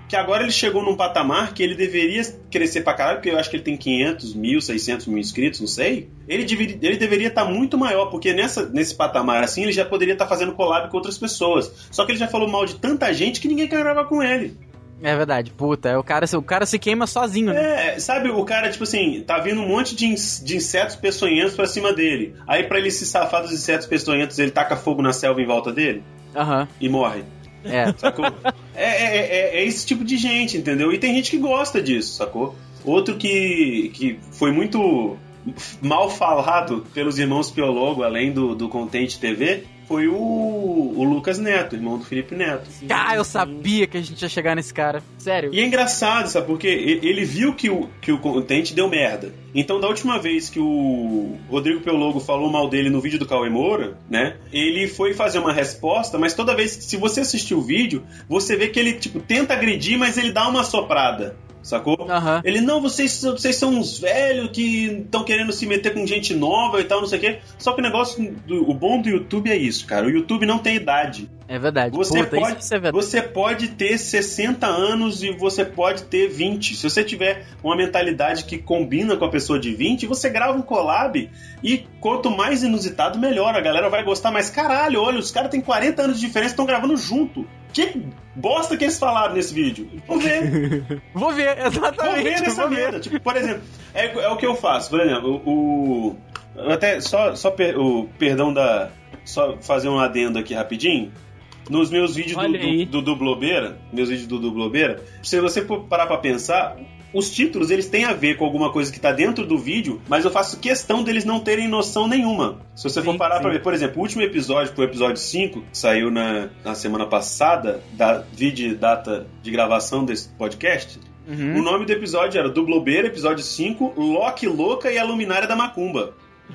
que agora ele chegou num patamar que ele deveria crescer pra caralho, porque eu acho que ele tem quinhentos mil, seiscentos mil inscritos, não sei. Ele, deveria, ele deveria estar tá muito maior, porque nessa, nesse patamar assim, ele já poderia estar tá fazendo collab com outras pessoas. Só que ele já falou mal de tanta gente que ninguém quer gravar com ele. É verdade, puta, o cara, o cara se queima sozinho, né? É, sabe, o cara, tipo assim, tá vindo um monte de, in, de insetos peçonhentos pra cima dele. Aí pra ele se safar dos insetos peçonhentos, ele taca fogo na selva em volta dele. Aham. Uhum. E morre. É. Sacou? É, é, é, é esse tipo de gente, entendeu? E tem gente que gosta disso, sacou? Outro que, que foi muito mal falado pelos irmãos Piologo, além do, do Contente T V, foi o, o Lucas Neto, irmão do Felipe Neto. Sim, ah, eu sabia que a gente ia chegar nesse cara. Sério. E é engraçado, sabe? Porque ele viu que o, que o Contente deu merda. Então, da última vez que o Rodrigo Piologo falou mal dele no vídeo do Cauê Moura, né? Ele foi fazer uma resposta, mas toda vez que, se você assistir o vídeo, você vê que ele, tipo, tenta agredir, mas ele dá uma soprada. Sacou? Uhum. Ele, não, vocês, vocês são uns velhos que estão querendo se meter com gente nova e tal, não sei o quê. Só que o negócio, do, o bom do YouTube é isso, cara. O YouTube não tem idade. É verdade. Você, Puta, pode, isso é verdade. Você pode ter sessenta anos e você pode ter vinte. Se você tiver uma mentalidade que combina com a pessoa de vinte, você grava um collab e quanto mais inusitado, melhor. A galera vai gostar mais. Caralho, olha, os caras têm quarenta anos de diferença e estão gravando junto. Que bosta que eles falaram nesse vídeo. Vou ver. Vou ver, exatamente. Vou ver nessa merda. Tipo, por exemplo, é, é o que eu faço. Por exemplo, o... o até só, só per, o perdão da... Só fazer um adendo aqui rapidinho. Nos meus vídeos do, do, do Dublobeira, meus vídeos do Dublobeira, se você for parar pra pensar, os títulos, eles têm a ver com alguma coisa que tá dentro do vídeo, mas eu faço questão deles não terem noção nenhuma. Se você sim, for parar sim. pra ver, por exemplo, o último episódio, foi o episódio cinco, que saiu na, na semana passada, da vídeo data de gravação desse podcast, uhum. O nome do episódio era Dublobeira, episódio cinco, Loki Louca e a Luminária da Macumba.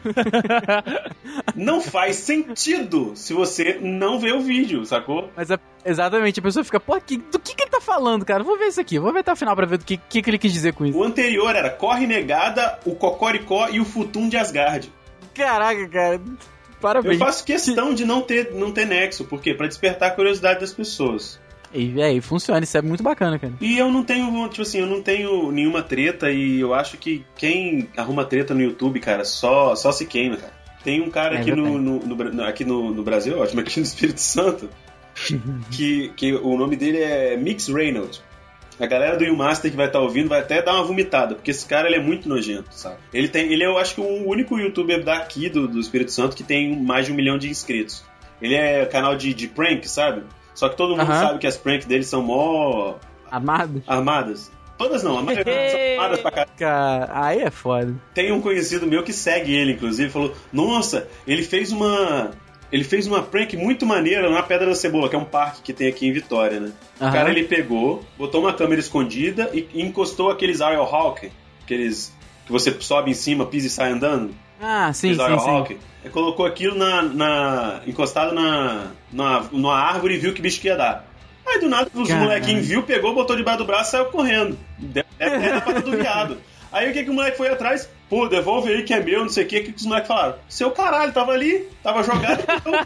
Não faz sentido se você não vê o vídeo, sacou? Mas é, exatamente, a pessoa fica, pô, que, do que, que ele tá falando, cara? Vou ver isso aqui, vou ver até o final pra ver do que, que, que ele quis dizer com isso. O anterior era Corre Negada, o Cocoricó e o Futum de Asgard. Caraca, cara, parabéns. Eu faço questão de não ter, não ter nexo, por quê? Pra despertar a curiosidade das pessoas. E aí, funciona, isso é muito bacana, cara. E eu não tenho, tipo assim, eu não tenho nenhuma treta e eu acho que quem arruma treta no YouTube, cara, só, só se queima, cara. Tem um cara é aqui, no, no, no, aqui no, no Brasil, ótimo, aqui no Espírito Santo, que, que o nome dele é Mix Reynolds. A galera do YouMaster que vai estar tá ouvindo vai até dar uma vomitada, porque esse cara ele é muito nojento, sabe? Ele, tem, ele é, eu acho que o único youtuber daqui do, do Espírito Santo que tem mais de um milhão de inscritos. Ele é canal de, de prank, sabe? Só que todo mundo uh-huh. sabe que as pranks dele são mó... Armadas? Armadas. Todas não, a maioria são armadas pra caralho. Cara, aí é foda. Tem um conhecido meu que segue ele, inclusive, falou, nossa, ele fez uma... Ele fez uma prank muito maneira na Pedra da Cebola, que é um parque que tem aqui em Vitória, né? Uh-huh. O cara, ele pegou, botou uma câmera escondida e encostou aqueles Aerial Hawk, aqueles que você sobe em cima, pisa e sai andando. Ah, sim, sim, sim. Ele colocou aquilo na, na, encostado na, na, numa árvore e viu que bicho que ia dar. Aí do nada os molequinhos viu, pegou, botou debaixo do braço e saiu correndo. Era pra todo viado. Aí o que, que o moleque foi atrás? Pô, devolve aí que é meu, não sei o que. O que, que os moleques falaram? Seu caralho, tava ali, tava jogado.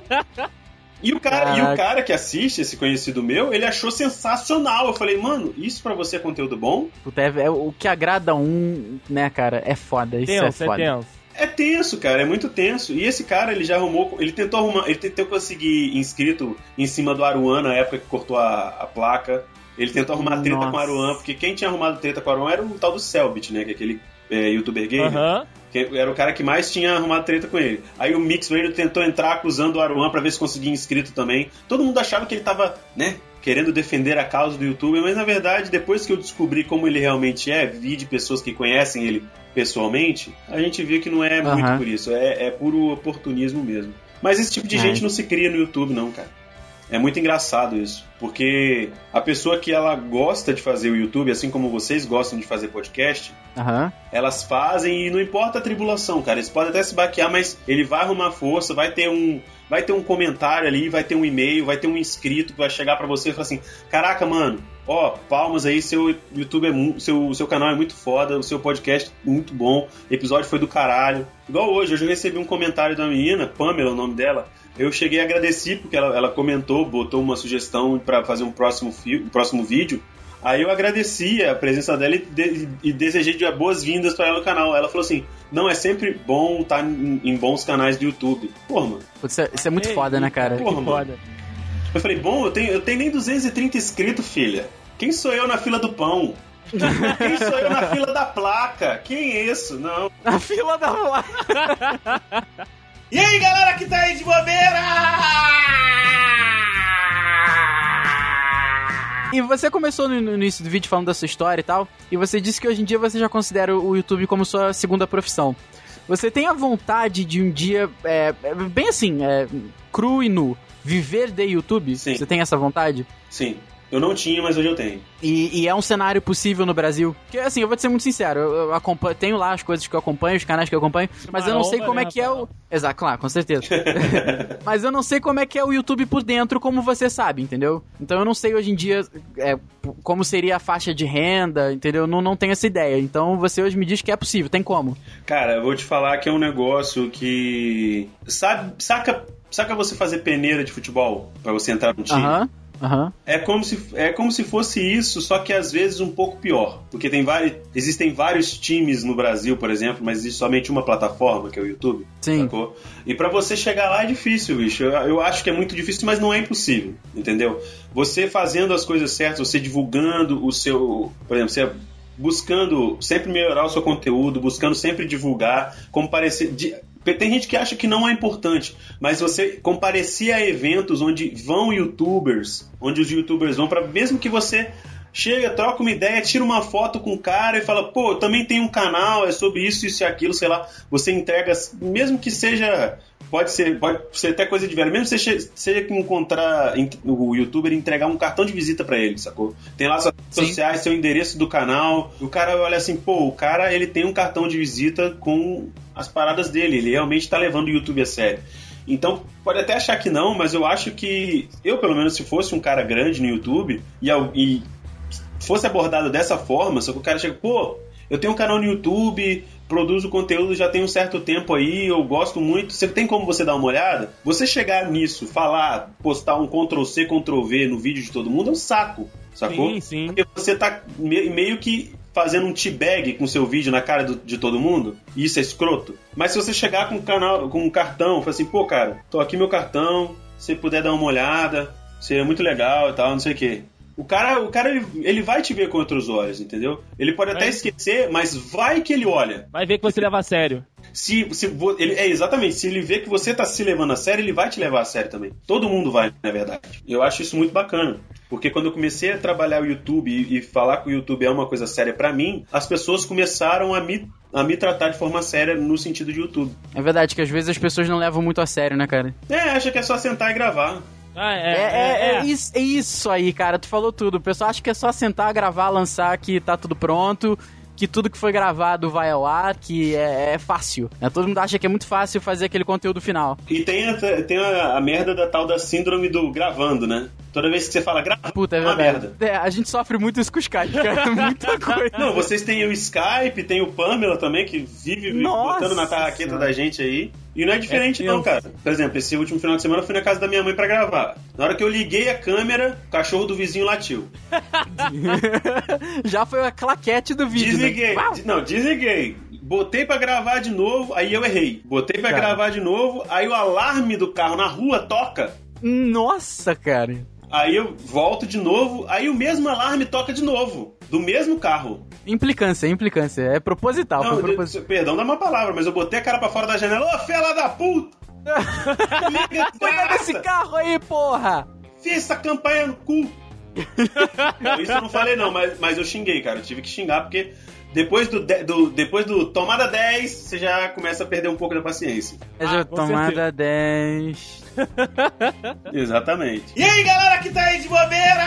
E o, cara, e o cara que assiste, esse conhecido meu, ele achou sensacional. Eu falei, mano, isso pra você é conteúdo bom? Puta, é, é, o que agrada um, né, cara, é foda. Isso tenso, é foda. É tenso. É tenso, cara, é muito tenso. E esse cara, ele já arrumou, ele tentou arrumar, ele tentou conseguir inscrito em cima do Aruan na época que cortou a, a placa. Ele tentou arrumar treta Nossa. com o Aruan, porque quem tinha arrumado treta com o Aruan era o tal do Selbit, né, que é aquele é, youtuber gamer. Uh-huh. Que era o cara que mais tinha arrumado treta com ele. Aí o Mix Radio tentou entrar acusando o Aruan pra ver se conseguia inscrito também. Todo mundo achava que ele tava, né, querendo defender a causa do YouTube, mas na verdade, depois que eu descobri como ele realmente é, vi de pessoas que conhecem ele pessoalmente, a gente viu que não é uhum. muito por isso, é, é puro oportunismo mesmo. Mas esse tipo de é. gente não se cria no YouTube, não, cara. É muito engraçado isso, porque a pessoa que ela gosta de fazer o YouTube, assim como vocês gostam de fazer podcast, uhum. elas fazem e não importa a tribulação, cara. Eles podem até se baquear, mas ele vai arrumar força, vai ter um, vai ter um comentário ali, vai ter um e-mail, vai ter um inscrito que vai chegar pra você e falar assim, caraca, mano, ó, palmas aí, seu YouTube é mu- seu, seu canal é muito foda, o seu podcast é muito bom, o episódio foi do caralho. Igual hoje, hoje eu recebi um comentário da menina, Pamela, o nome dela. Eu cheguei a agradecer porque ela, ela comentou, botou uma sugestão pra fazer um próximo, fi- um próximo vídeo. Aí eu agradeci a presença dela e, de, e desejei de boas-vindas pra ela no canal. Ela falou assim, não, é sempre bom estar em, em bons canais do YouTube. Porra, mano. Putz, isso é muito Ei, foda, né, cara? Porra, que mano. foda. Eu falei, bom, eu tenho, eu tenho nem duzentos e trinta inscritos, filha. Quem sou eu na fila do pão? Quem sou eu na fila da placa? Quem é isso? Não. Na fila da placa. E aí, galera que tá aí de bobeira? E você começou no início do vídeo falando da sua história e tal, e você disse que hoje em dia você já considera o YouTube como sua segunda profissão. Você tem a vontade de um dia, é, bem assim, é, cru e nu, viver de YouTube? Sim. Você tem essa vontade? Sim. Eu não tinha, mas hoje eu tenho. E, e é um cenário possível no Brasil? Porque, assim, eu vou te ser muito sincero, eu, eu acompanho, tenho lá as coisas que eu acompanho, os canais que eu acompanho, mas eu não sei como é que é o... Exato, claro, com certeza. Mas eu não sei como é que é o YouTube por dentro, como você sabe, entendeu? Então eu não sei hoje em dia é, como seria a faixa de renda, entendeu? Eu não, não tenho essa ideia. Então você hoje me diz que é possível, tem como? Cara, eu vou te falar que é um negócio que... Sabe, saca, saca você fazer peneira de futebol pra você entrar no time? Aham. Uhum. É como, se, é como se fosse isso, só que às vezes um pouco pior. Porque tem vários, existem vários times no Brasil, por exemplo, mas existe somente uma plataforma, que é o YouTube. Sim. Sacou? E pra você chegar lá é difícil, bicho. Eu, eu acho que é muito difícil, mas não é impossível, entendeu? Você fazendo as coisas certas, você divulgando o seu... Por exemplo, você buscando sempre melhorar o seu conteúdo, buscando sempre divulgar, como parecer... Tem gente que acha que não é importante, mas você comparecer a eventos onde vão youtubers, onde os youtubers vão, para mesmo que você chega, troca uma ideia, tira uma foto com o cara e fala, pô, eu também tenho um canal, é sobre isso, isso e aquilo, sei lá, você entrega, mesmo que seja, pode ser, pode ser até coisa de velho, mesmo que seja, seja que encontrar o youtuber e entregar um cartão de visita pra ele, sacou? Tem lá suas redes sociais, seu endereço do canal, e o cara olha assim, pô, o cara, ele tem um cartão de visita com as paradas dele, ele realmente tá levando o YouTube a sério. Então, pode até achar que não, mas eu acho que eu, pelo menos, se fosse um cara grande no YouTube e, e fosse abordado dessa forma, só que o cara chega, pô, eu tenho um canal no YouTube, produzo conteúdo já tem um certo tempo aí, eu gosto muito, você tem como você dar uma olhada? Você chegar nisso, falar, postar um control C, control V no vídeo de todo mundo é um saco, sacou? Sim, sim. Porque você tá me- meio que fazendo um teabag com seu vídeo na cara do, de todo mundo, e isso é escroto. Mas se você chegar com um, canal, com um cartão, falar assim, pô, cara, tô aqui meu cartão, se puder dar uma olhada, seria muito legal e tal, não sei o quê. O cara, o cara ele, ele vai te ver com outros olhos, entendeu? Ele pode até Vai. esquecer, mas vai que ele olha. Vai ver que você leva a sério. Se, se vo- ele, é exatamente, se ele vê que você tá se levando a sério, ele vai te levar a sério também. Todo mundo vai, na verdade. Eu acho isso muito bacana. Porque quando eu comecei a trabalhar o YouTube e, e falar que o YouTube é uma coisa séria pra mim, as pessoas começaram a me, a me tratar de forma séria no sentido de YouTube. É verdade que às vezes as pessoas não levam muito a sério, né, cara? É, acha que é só sentar e gravar. Ah, É, é, é isso, é isso aí, cara. Tu falou tudo. O pessoal acha que é só sentar, gravar, lançar, que tá tudo pronto, que tudo que foi gravado vai ao ar, que é, é fácil. Né? Todo mundo acha que é muito fácil fazer aquele conteúdo final. E tem, a, tem a, a merda da tal da síndrome do gravando, né? Toda vez que você fala grava, Puta, é uma verdade. merda. É, a gente sofre muito isso com o Skype, cara. Muita coisa. Não, vocês têm o Skype, tem o Pamela também, que vive Nossa botando na tarraqueta Senhora. da gente aí. E não é diferente É não, tenso. cara. Por exemplo, esse último final de semana eu fui na casa da minha mãe pra gravar. Na hora que eu liguei a câmera, o cachorro do vizinho latiu. Já foi a claquete do vídeo, Desliguei. né? Uau! De- Não, desliguei. Botei pra gravar de novo, aí eu errei. Botei pra Cara. gravar de novo, aí o alarme do carro na rua toca. Nossa, cara. Aí eu volto de novo, aí o mesmo alarme toca de novo. Do mesmo carro. Implicância, implicância. É proposital, Não, foi de- proposital. perdão da má palavra, mas eu botei a cara pra fora da janela. Ô, fela da puta! Liga, Cuida desse desgraça! carro aí, porra! Fiz essa campanha no cu! Não, isso eu não falei não, mas, mas eu xinguei, cara. Eu tive que xingar porque depois do, de- do, depois do tomada dez, você já começa a perder um pouco da paciência. É Ah, já com tomada certeza. dez. Exatamente. E aí, galera que tá aí de bobeira!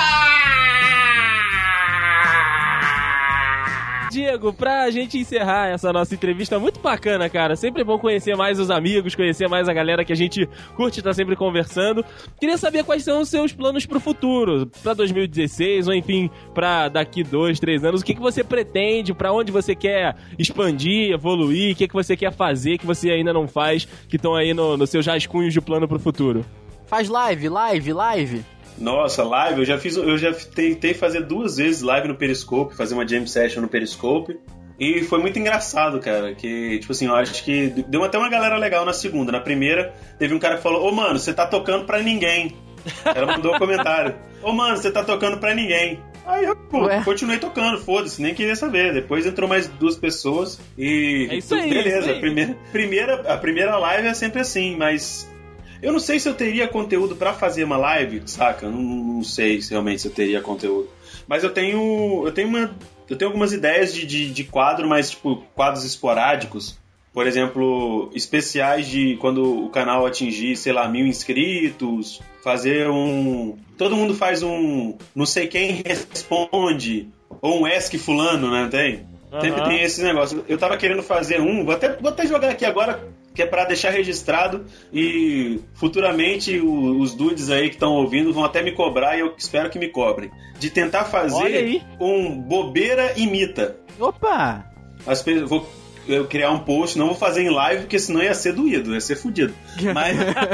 Diego, pra gente encerrar essa nossa entrevista muito bacana, cara. Sempre é bom conhecer mais os amigos, conhecer mais a galera que a gente curte estar sempre conversando. Queria saber quais são os seus planos pro futuro, pra dois mil e dezesseis, ou enfim, pra daqui dois, três anos. O que, que você pretende, pra onde você quer expandir, evoluir, o que, que você quer fazer que você ainda não faz, que estão aí no, no seus rascunhos de plano pro futuro? Faz live, live, live. Nossa, live, eu já fiz, eu já tentei fazer duas vezes live no Periscope, fazer uma jam session no Periscope. E foi muito engraçado, cara, que, tipo assim, eu acho que deu até uma galera legal na segunda. Na primeira, teve um cara que falou, ô, mano, você tá tocando pra ninguém. Ela mandou um comentário, ô, mano, você tá tocando pra ninguém. Aí eu, pô, Ué? continuei tocando, foda-se, nem queria saber. Depois entrou mais duas pessoas e... É isso aí, beleza, é isso aí. A, primeira, primeira, a primeira live é sempre assim, mas... Eu não sei se eu teria conteúdo pra fazer uma live, saca? Não, não sei se realmente se eu teria conteúdo. Mas eu tenho, eu tenho uma... Eu tenho algumas ideias de, de, de quadro, mas tipo, quadros esporádicos. Por exemplo, especiais de quando o canal atingir, sei lá, mil inscritos. Fazer um... Todo mundo faz um... Não sei quem responde. Ou um Ask fulano, né? Tem? Uhum. Sempre tem esses negócios. Eu tava querendo fazer um... Vou até, vou até jogar aqui agora, que é pra deixar registrado. E futuramente o, os dudes aí que estão ouvindo vão até me cobrar e eu espero que me cobrem. De tentar fazer um bobeira imita. Opa! As pessoas, vou eu criar um post, não vou fazer em live, porque senão ia ser doído, ia ser fudido. Mas,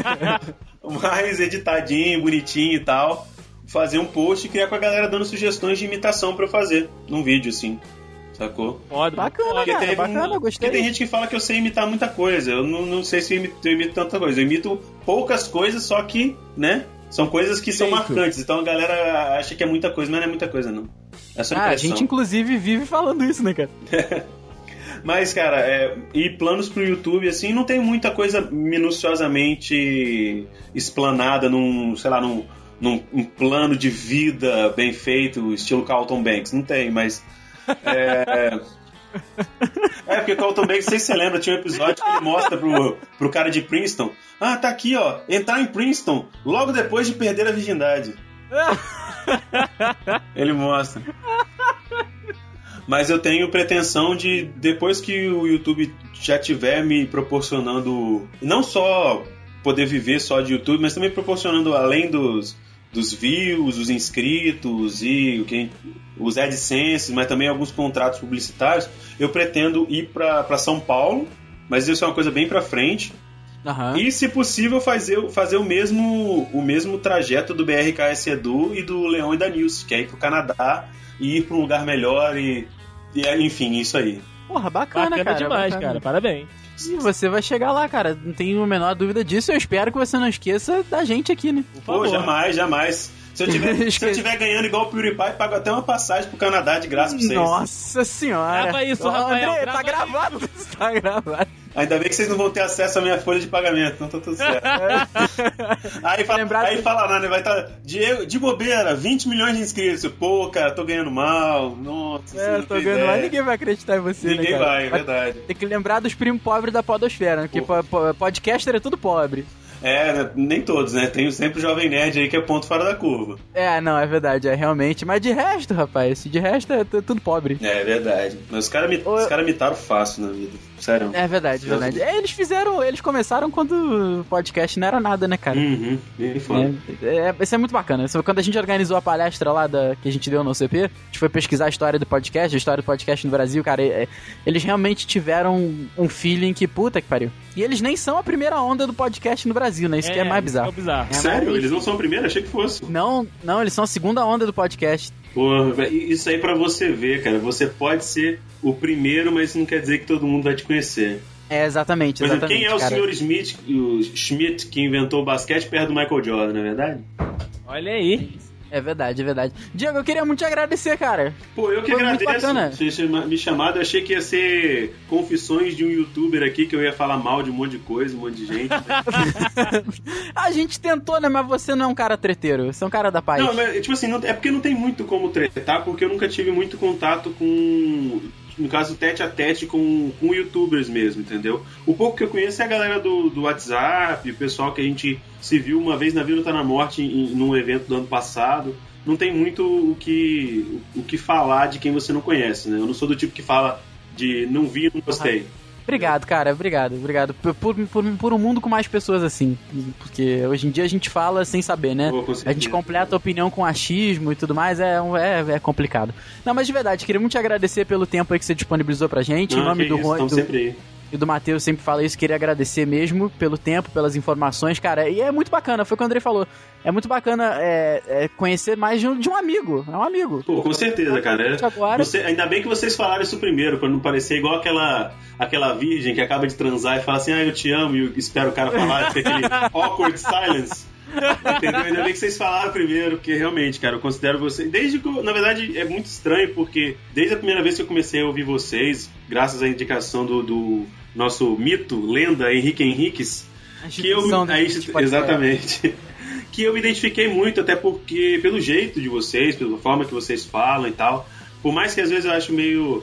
mas editadinho, bonitinho e tal. Fazer um post e criar com a galera dando sugestões de imitação pra eu fazer num vídeo, assim. Sacou? Pode. Bacana, porque cara, bacana, um, gostei. Porque tem gente que fala que eu sei imitar muita coisa. Eu não, não sei se eu imito, eu imito tanta coisa. Eu imito poucas coisas, só que, né? São coisas que são marcantes. Então a galera acha que é muita coisa, mas não é muita coisa, não. É só impressão. Ah, a gente inclusive vive falando isso, né, cara? Mas, cara, é, e planos pro YouTube, assim, não tem muita coisa minuciosamente explanada num, sei lá, num, num um plano de vida bem feito, estilo Carlton Banks. Não tem, mas... É, é porque o Carlton Banks, não sei se você lembra, tinha um episódio que ele mostra pro, pro cara de Princeton. Ah, tá aqui, ó, entrar em Princeton logo depois de perder a virgindade. Ele mostra. Mas eu tenho pretensão de, depois que o YouTube já tiver me proporcionando, não só poder viver só de YouTube, mas também proporcionando, além dos, dos views, os inscritos e o que, os AdSense, mas também alguns contratos publicitários, eu pretendo ir para São Paulo, mas isso é uma coisa bem para frente. Uhum. E, se possível, fazer, fazer o, mesmo, o mesmo trajeto do B R K S Edu e do Leão e da Nilce, que é ir pro Canadá e ir pra um lugar melhor e, e enfim, isso aí. Porra, bacana, bacana cara. demais, bacana. cara. Parabéns. E você vai chegar lá, cara. Não tenho a menor dúvida disso. Eu espero que você não esqueça da gente aqui, né? Por favor. Pô, jamais, jamais. Se eu tiver, se eu tiver ganhando igual o PewDiePie, pago até uma passagem pro Canadá de graça pra vocês. Nossa senhora. Grava isso, Rafael. André, grava tá gravado. Tá gravado. Ainda bem que vocês não vão ter acesso à minha folha de pagamento, então tá tudo certo. aí, fala, Lembrado... aí fala, né? Vai estar tá, de, de bobeira, vinte milhões de inscritos. Pô, cara, tô ganhando mal. Nossa, é, tô ganhando ideia. mal. Ninguém vai acreditar em você, Ninguém né, cara? vai, é verdade. Tem que lembrar dos primos pobres da podosfera, né? Porque Pô. podcaster é tudo pobre. É, nem todos, né? Tem sempre o Jovem Nerd aí que é ponto fora da curva. É, não, é verdade, é realmente. Mas de resto, rapaz, de resto é t- tudo pobre. É verdade. Mas os caras me, Ou... cara mitaram fácil na vida. Sério. É verdade, é verdade. É, eles fizeram, eles começaram quando o podcast não era nada, né, cara? Uhum, bem foda. É, é, isso é muito bacana. Quando a gente organizou a palestra lá da, que a gente deu no C P, a gente foi pesquisar a história do podcast, a história do podcast no Brasil, cara, é, eles realmente tiveram um feeling que puta que pariu. E eles nem são a primeira onda do podcast no Brasil, né? Isso é, que é mais bizarro. É bizarro. É Sério? mais... Eles não são a primeira? Achei que fosse. Não, não, eles são a segunda onda do podcast. Porra, isso aí pra você ver, cara. Você pode ser o primeiro, mas isso não quer dizer que todo mundo vai te conhecer. É, exatamente. Por exemplo, exatamente, quem é o cara. senhor Smith, o Schmidt, que inventou o basquete perto do Michael Jordan, não é verdade? Olha aí. É verdade, é verdade. Diego, eu queria muito te agradecer, cara. Pô, eu que Foi agradeço você me chamado. Eu achei que ia ser confissões de um youtuber aqui, que eu ia falar mal de um monte de coisa, um monte de gente. A gente tentou, né? Mas você não é um cara treteiro, você é um cara da paz. Não, mas, tipo assim, não, é porque não tem muito como tretar, porque eu nunca tive muito contato com... No caso, tete a tete com, com youtubers mesmo, entendeu? O pouco que eu conheço é a galera do, do WhatsApp, o pessoal que a gente se viu uma vez na Vida Tá Na Morte em, num evento do ano passado. Não tem muito o que, o que falar de quem você não conhece, né? Eu não sou do tipo que fala de não vi, não gostei. Obrigado, cara, obrigado, obrigado por, por, por, por um mundo com mais pessoas assim, porque hoje em dia a gente fala sem saber, né? Oh, a gente completa a opinião com achismo e tudo mais, é, é, é complicado. Não, mas de verdade, queria muito te agradecer pelo tempo aí que você disponibilizou pra gente, não, em nome do, isso, do, sempre aí. e do Matheus sempre fala isso, queria agradecer mesmo pelo tempo, pelas informações, cara, e é muito bacana, foi o que o Andrei falou, é muito bacana é, é conhecer mais de um, de um amigo, é um amigo. Pô, com certeza, cara. Agora... Você, ainda bem que vocês falaram isso primeiro, pra não parecer igual aquela, aquela virgem que acaba de transar e fala assim, ah, eu te amo, e eu espero o cara falar, fica aquele awkward silence. Entendeu? Ainda bem que vocês falaram primeiro, porque realmente, cara, eu considero vocês. Desde que eu, na verdade, é muito estranho, porque desde a primeira vez que eu comecei a ouvir vocês, graças à indicação do, do nosso mito, lenda Henrique Henriques, que eu. Aí, exatamente. Que eu me identifiquei muito, até porque, pelo jeito de vocês, pela forma que vocês falam e tal, por mais que às vezes eu acho meio.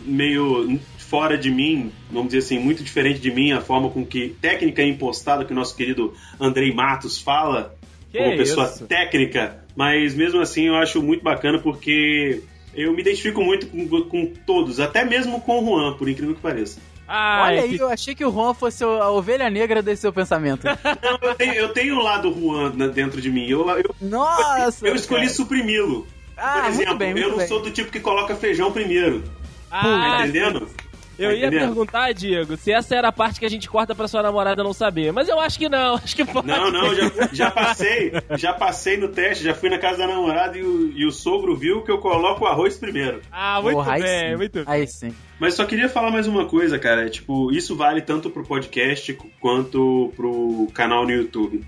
meio fora de mim, vamos dizer assim, muito diferente de mim, a forma com que técnica impostada que o nosso querido Andrei Matos fala, que como pessoa isso? técnica, mas mesmo assim eu acho muito bacana porque eu me identifico muito com, com todos, até mesmo com o Juan, por incrível que pareça. Ah, olha aí, que... eu achei que o Juan fosse a ovelha negra desse seu pensamento. Não, eu tenho, eu tenho um lado Juan dentro de mim, eu, eu, Nossa, eu, eu escolhi cara. suprimi-lo. Ah, por exemplo, muito bem, muito eu não bem. sou do tipo que coloca feijão primeiro. Ah, tá entendendo? Eu ia perguntar, Diego, se essa era a parte que a gente corta pra sua namorada não saber. Mas eu acho que não, acho que pode. Não, não, já, já passei, já passei no teste, já fui na casa da namorada e o, e o sogro viu que eu coloco o arroz primeiro. Ah, muito Porra, bem, sim. muito bem. Aí sim. Mas só queria falar mais uma coisa, cara, tipo, isso vale tanto pro podcast quanto pro canal no YouTube.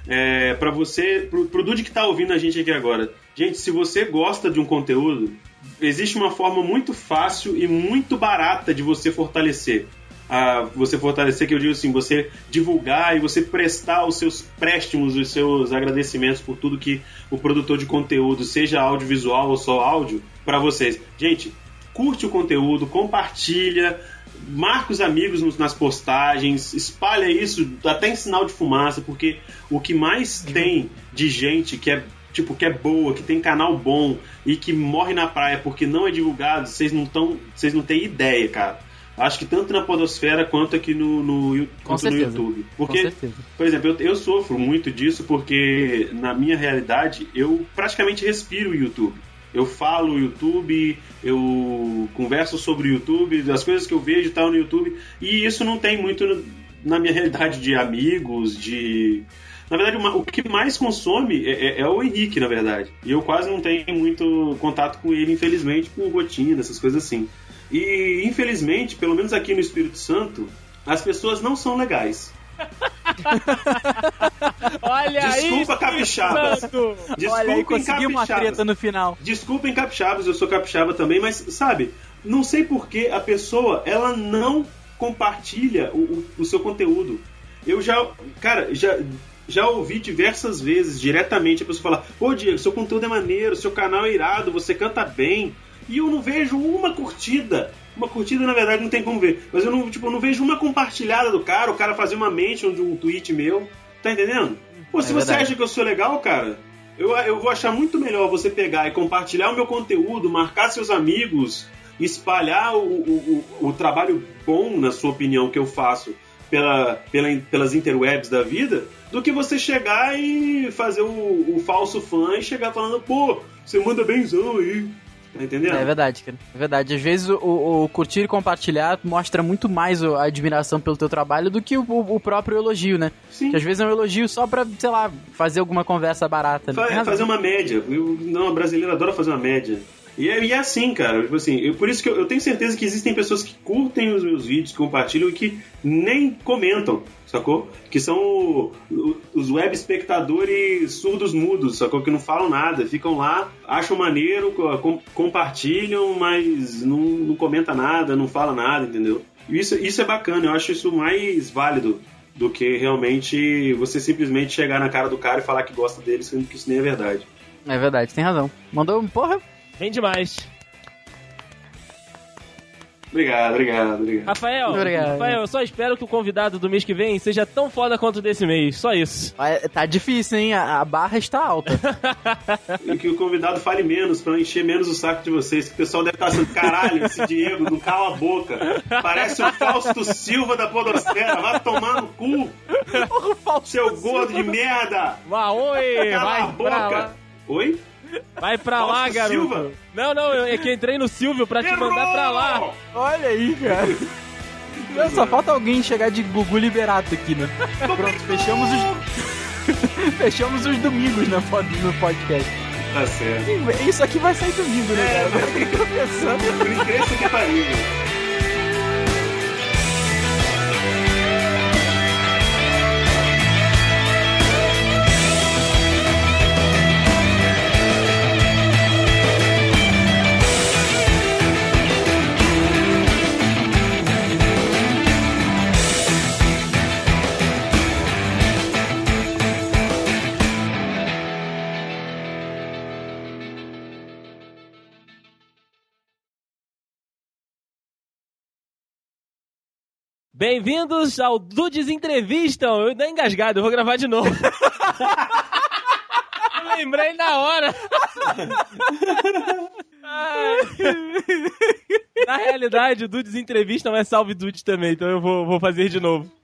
É, pra você, pro, pro Dude que tá ouvindo a gente aqui agora, gente, se você gosta de um conteúdo, existe uma forma muito fácil e muito barata de você fortalecer. Ah, você fortalecer, que eu digo assim, você divulgar e você prestar os seus préstimos, os seus agradecimentos por tudo que o produtor de conteúdo, seja audiovisual ou só áudio, para vocês. Gente, curte o conteúdo, compartilha, marca os amigos nas postagens, espalha isso até em sinal de fumaça, porque o que mais tem de gente que é tipo, que é boa, que tem canal bom e que morre na praia porque não é divulgado, vocês não tão, vocês não têm ideia, cara. Acho que tanto na podosfera quanto aqui no, no, quanto no YouTube. Porque, por exemplo, eu, eu sofro muito disso porque na minha realidade eu praticamente respiro o YouTube. Eu falo o YouTube, eu converso sobre o YouTube, as coisas que eu vejo e tal no YouTube, e isso não tem muito no, na minha realidade de amigos, de... Na verdade, o que mais consome é, é, é o Henrique, na verdade. E eu quase não tenho muito contato com ele, infelizmente, por rotina, essas coisas assim. E, infelizmente, pelo menos aqui no Espírito Santo, as pessoas não são legais. Olha aí! Desculpa, capixabas. Desculpem, olha aí, conseguiu uma treta no final. Desculpem, capixabas, eu sou capixaba também, mas, sabe, não sei por que a pessoa, ela não compartilha o, o, o seu conteúdo. Eu já, cara, já... Já ouvi diversas vezes, diretamente, a pessoa falar: pô, Diego, seu conteúdo é maneiro, seu canal é irado, você canta bem. E eu não vejo uma curtida. Uma curtida, na verdade, não tem como ver. Mas eu não, tipo, eu não vejo uma compartilhada do cara, o cara fazer uma mention de um tweet meu. Tá entendendo? Pô, se é você acha que eu sou legal, cara, eu, eu vou achar muito melhor você pegar e compartilhar o meu conteúdo, marcar seus amigos, espalhar o, o, o, o trabalho bom, na sua opinião, que eu faço pela, pela, pelas interwebs da vida, do que você chegar e fazer o, o falso fã e chegar falando: pô, você manda benzão aí. Tá entendendo? É verdade, cara. É verdade. Às vezes o, o curtir e compartilhar mostra muito mais a admiração pelo teu trabalho do que o, o próprio elogio, né? Sim. Que às vezes é um elogio só pra, sei lá, fazer alguma conversa barata. Né? Fa- fazer uma média. Eu, não, a brasileira adora fazer uma média. E é, e é assim, cara. Tipo assim, eu, por isso que eu, eu tenho certeza que existem pessoas que curtem os meus vídeos, que compartilham e que nem comentam, sacou? Que são o, o, os web espectadores surdos mudos, sacou? Que não falam nada, ficam lá, acham maneiro, com, compartilham, mas não, não comenta nada, não fala nada, entendeu? E isso, isso é bacana, eu acho isso mais válido do que realmente você simplesmente chegar na cara do cara e falar que gosta dele, sendo que isso nem é verdade. É verdade, tem razão. Mandou um porra... Bem demais. Obrigado, obrigado, obrigado. Rafael, obrigado. Rafael, eu só espero que o convidado do mês que vem seja tão foda quanto o desse mês. Só isso. Tá difícil, hein? A, a barra está alta. E que o convidado fale menos, pra encher menos o saco de vocês. Que o pessoal deve estar assim: caralho, esse Diego não cala a boca. Parece o Fausto Silva da podosfera. Vai tomar no cu. Seu gordo de merda. Vai, oi, Cala vai a boca. Oi? Vai pra Fausto lá, garoto. Silva? Não, não, é que eu entrei no Silvio pra te Errou! mandar pra lá. Olha aí, cara. Não, só falta alguém chegar de Gugu Liberato aqui, né? Pronto, fechamos os... fechamos os domingos no podcast. Tá certo. Isso aqui vai sair domingo, né, É, cara? Eu tô pensando. Por incrível que pariu, Bem-vindos ao Dudes Entrevistam. Eu ainda engasgado, eu vou gravar de novo. Lembrei na hora. Na realidade, o Dudes Entrevistam é Salve Dudes também, então eu vou, vou fazer de novo.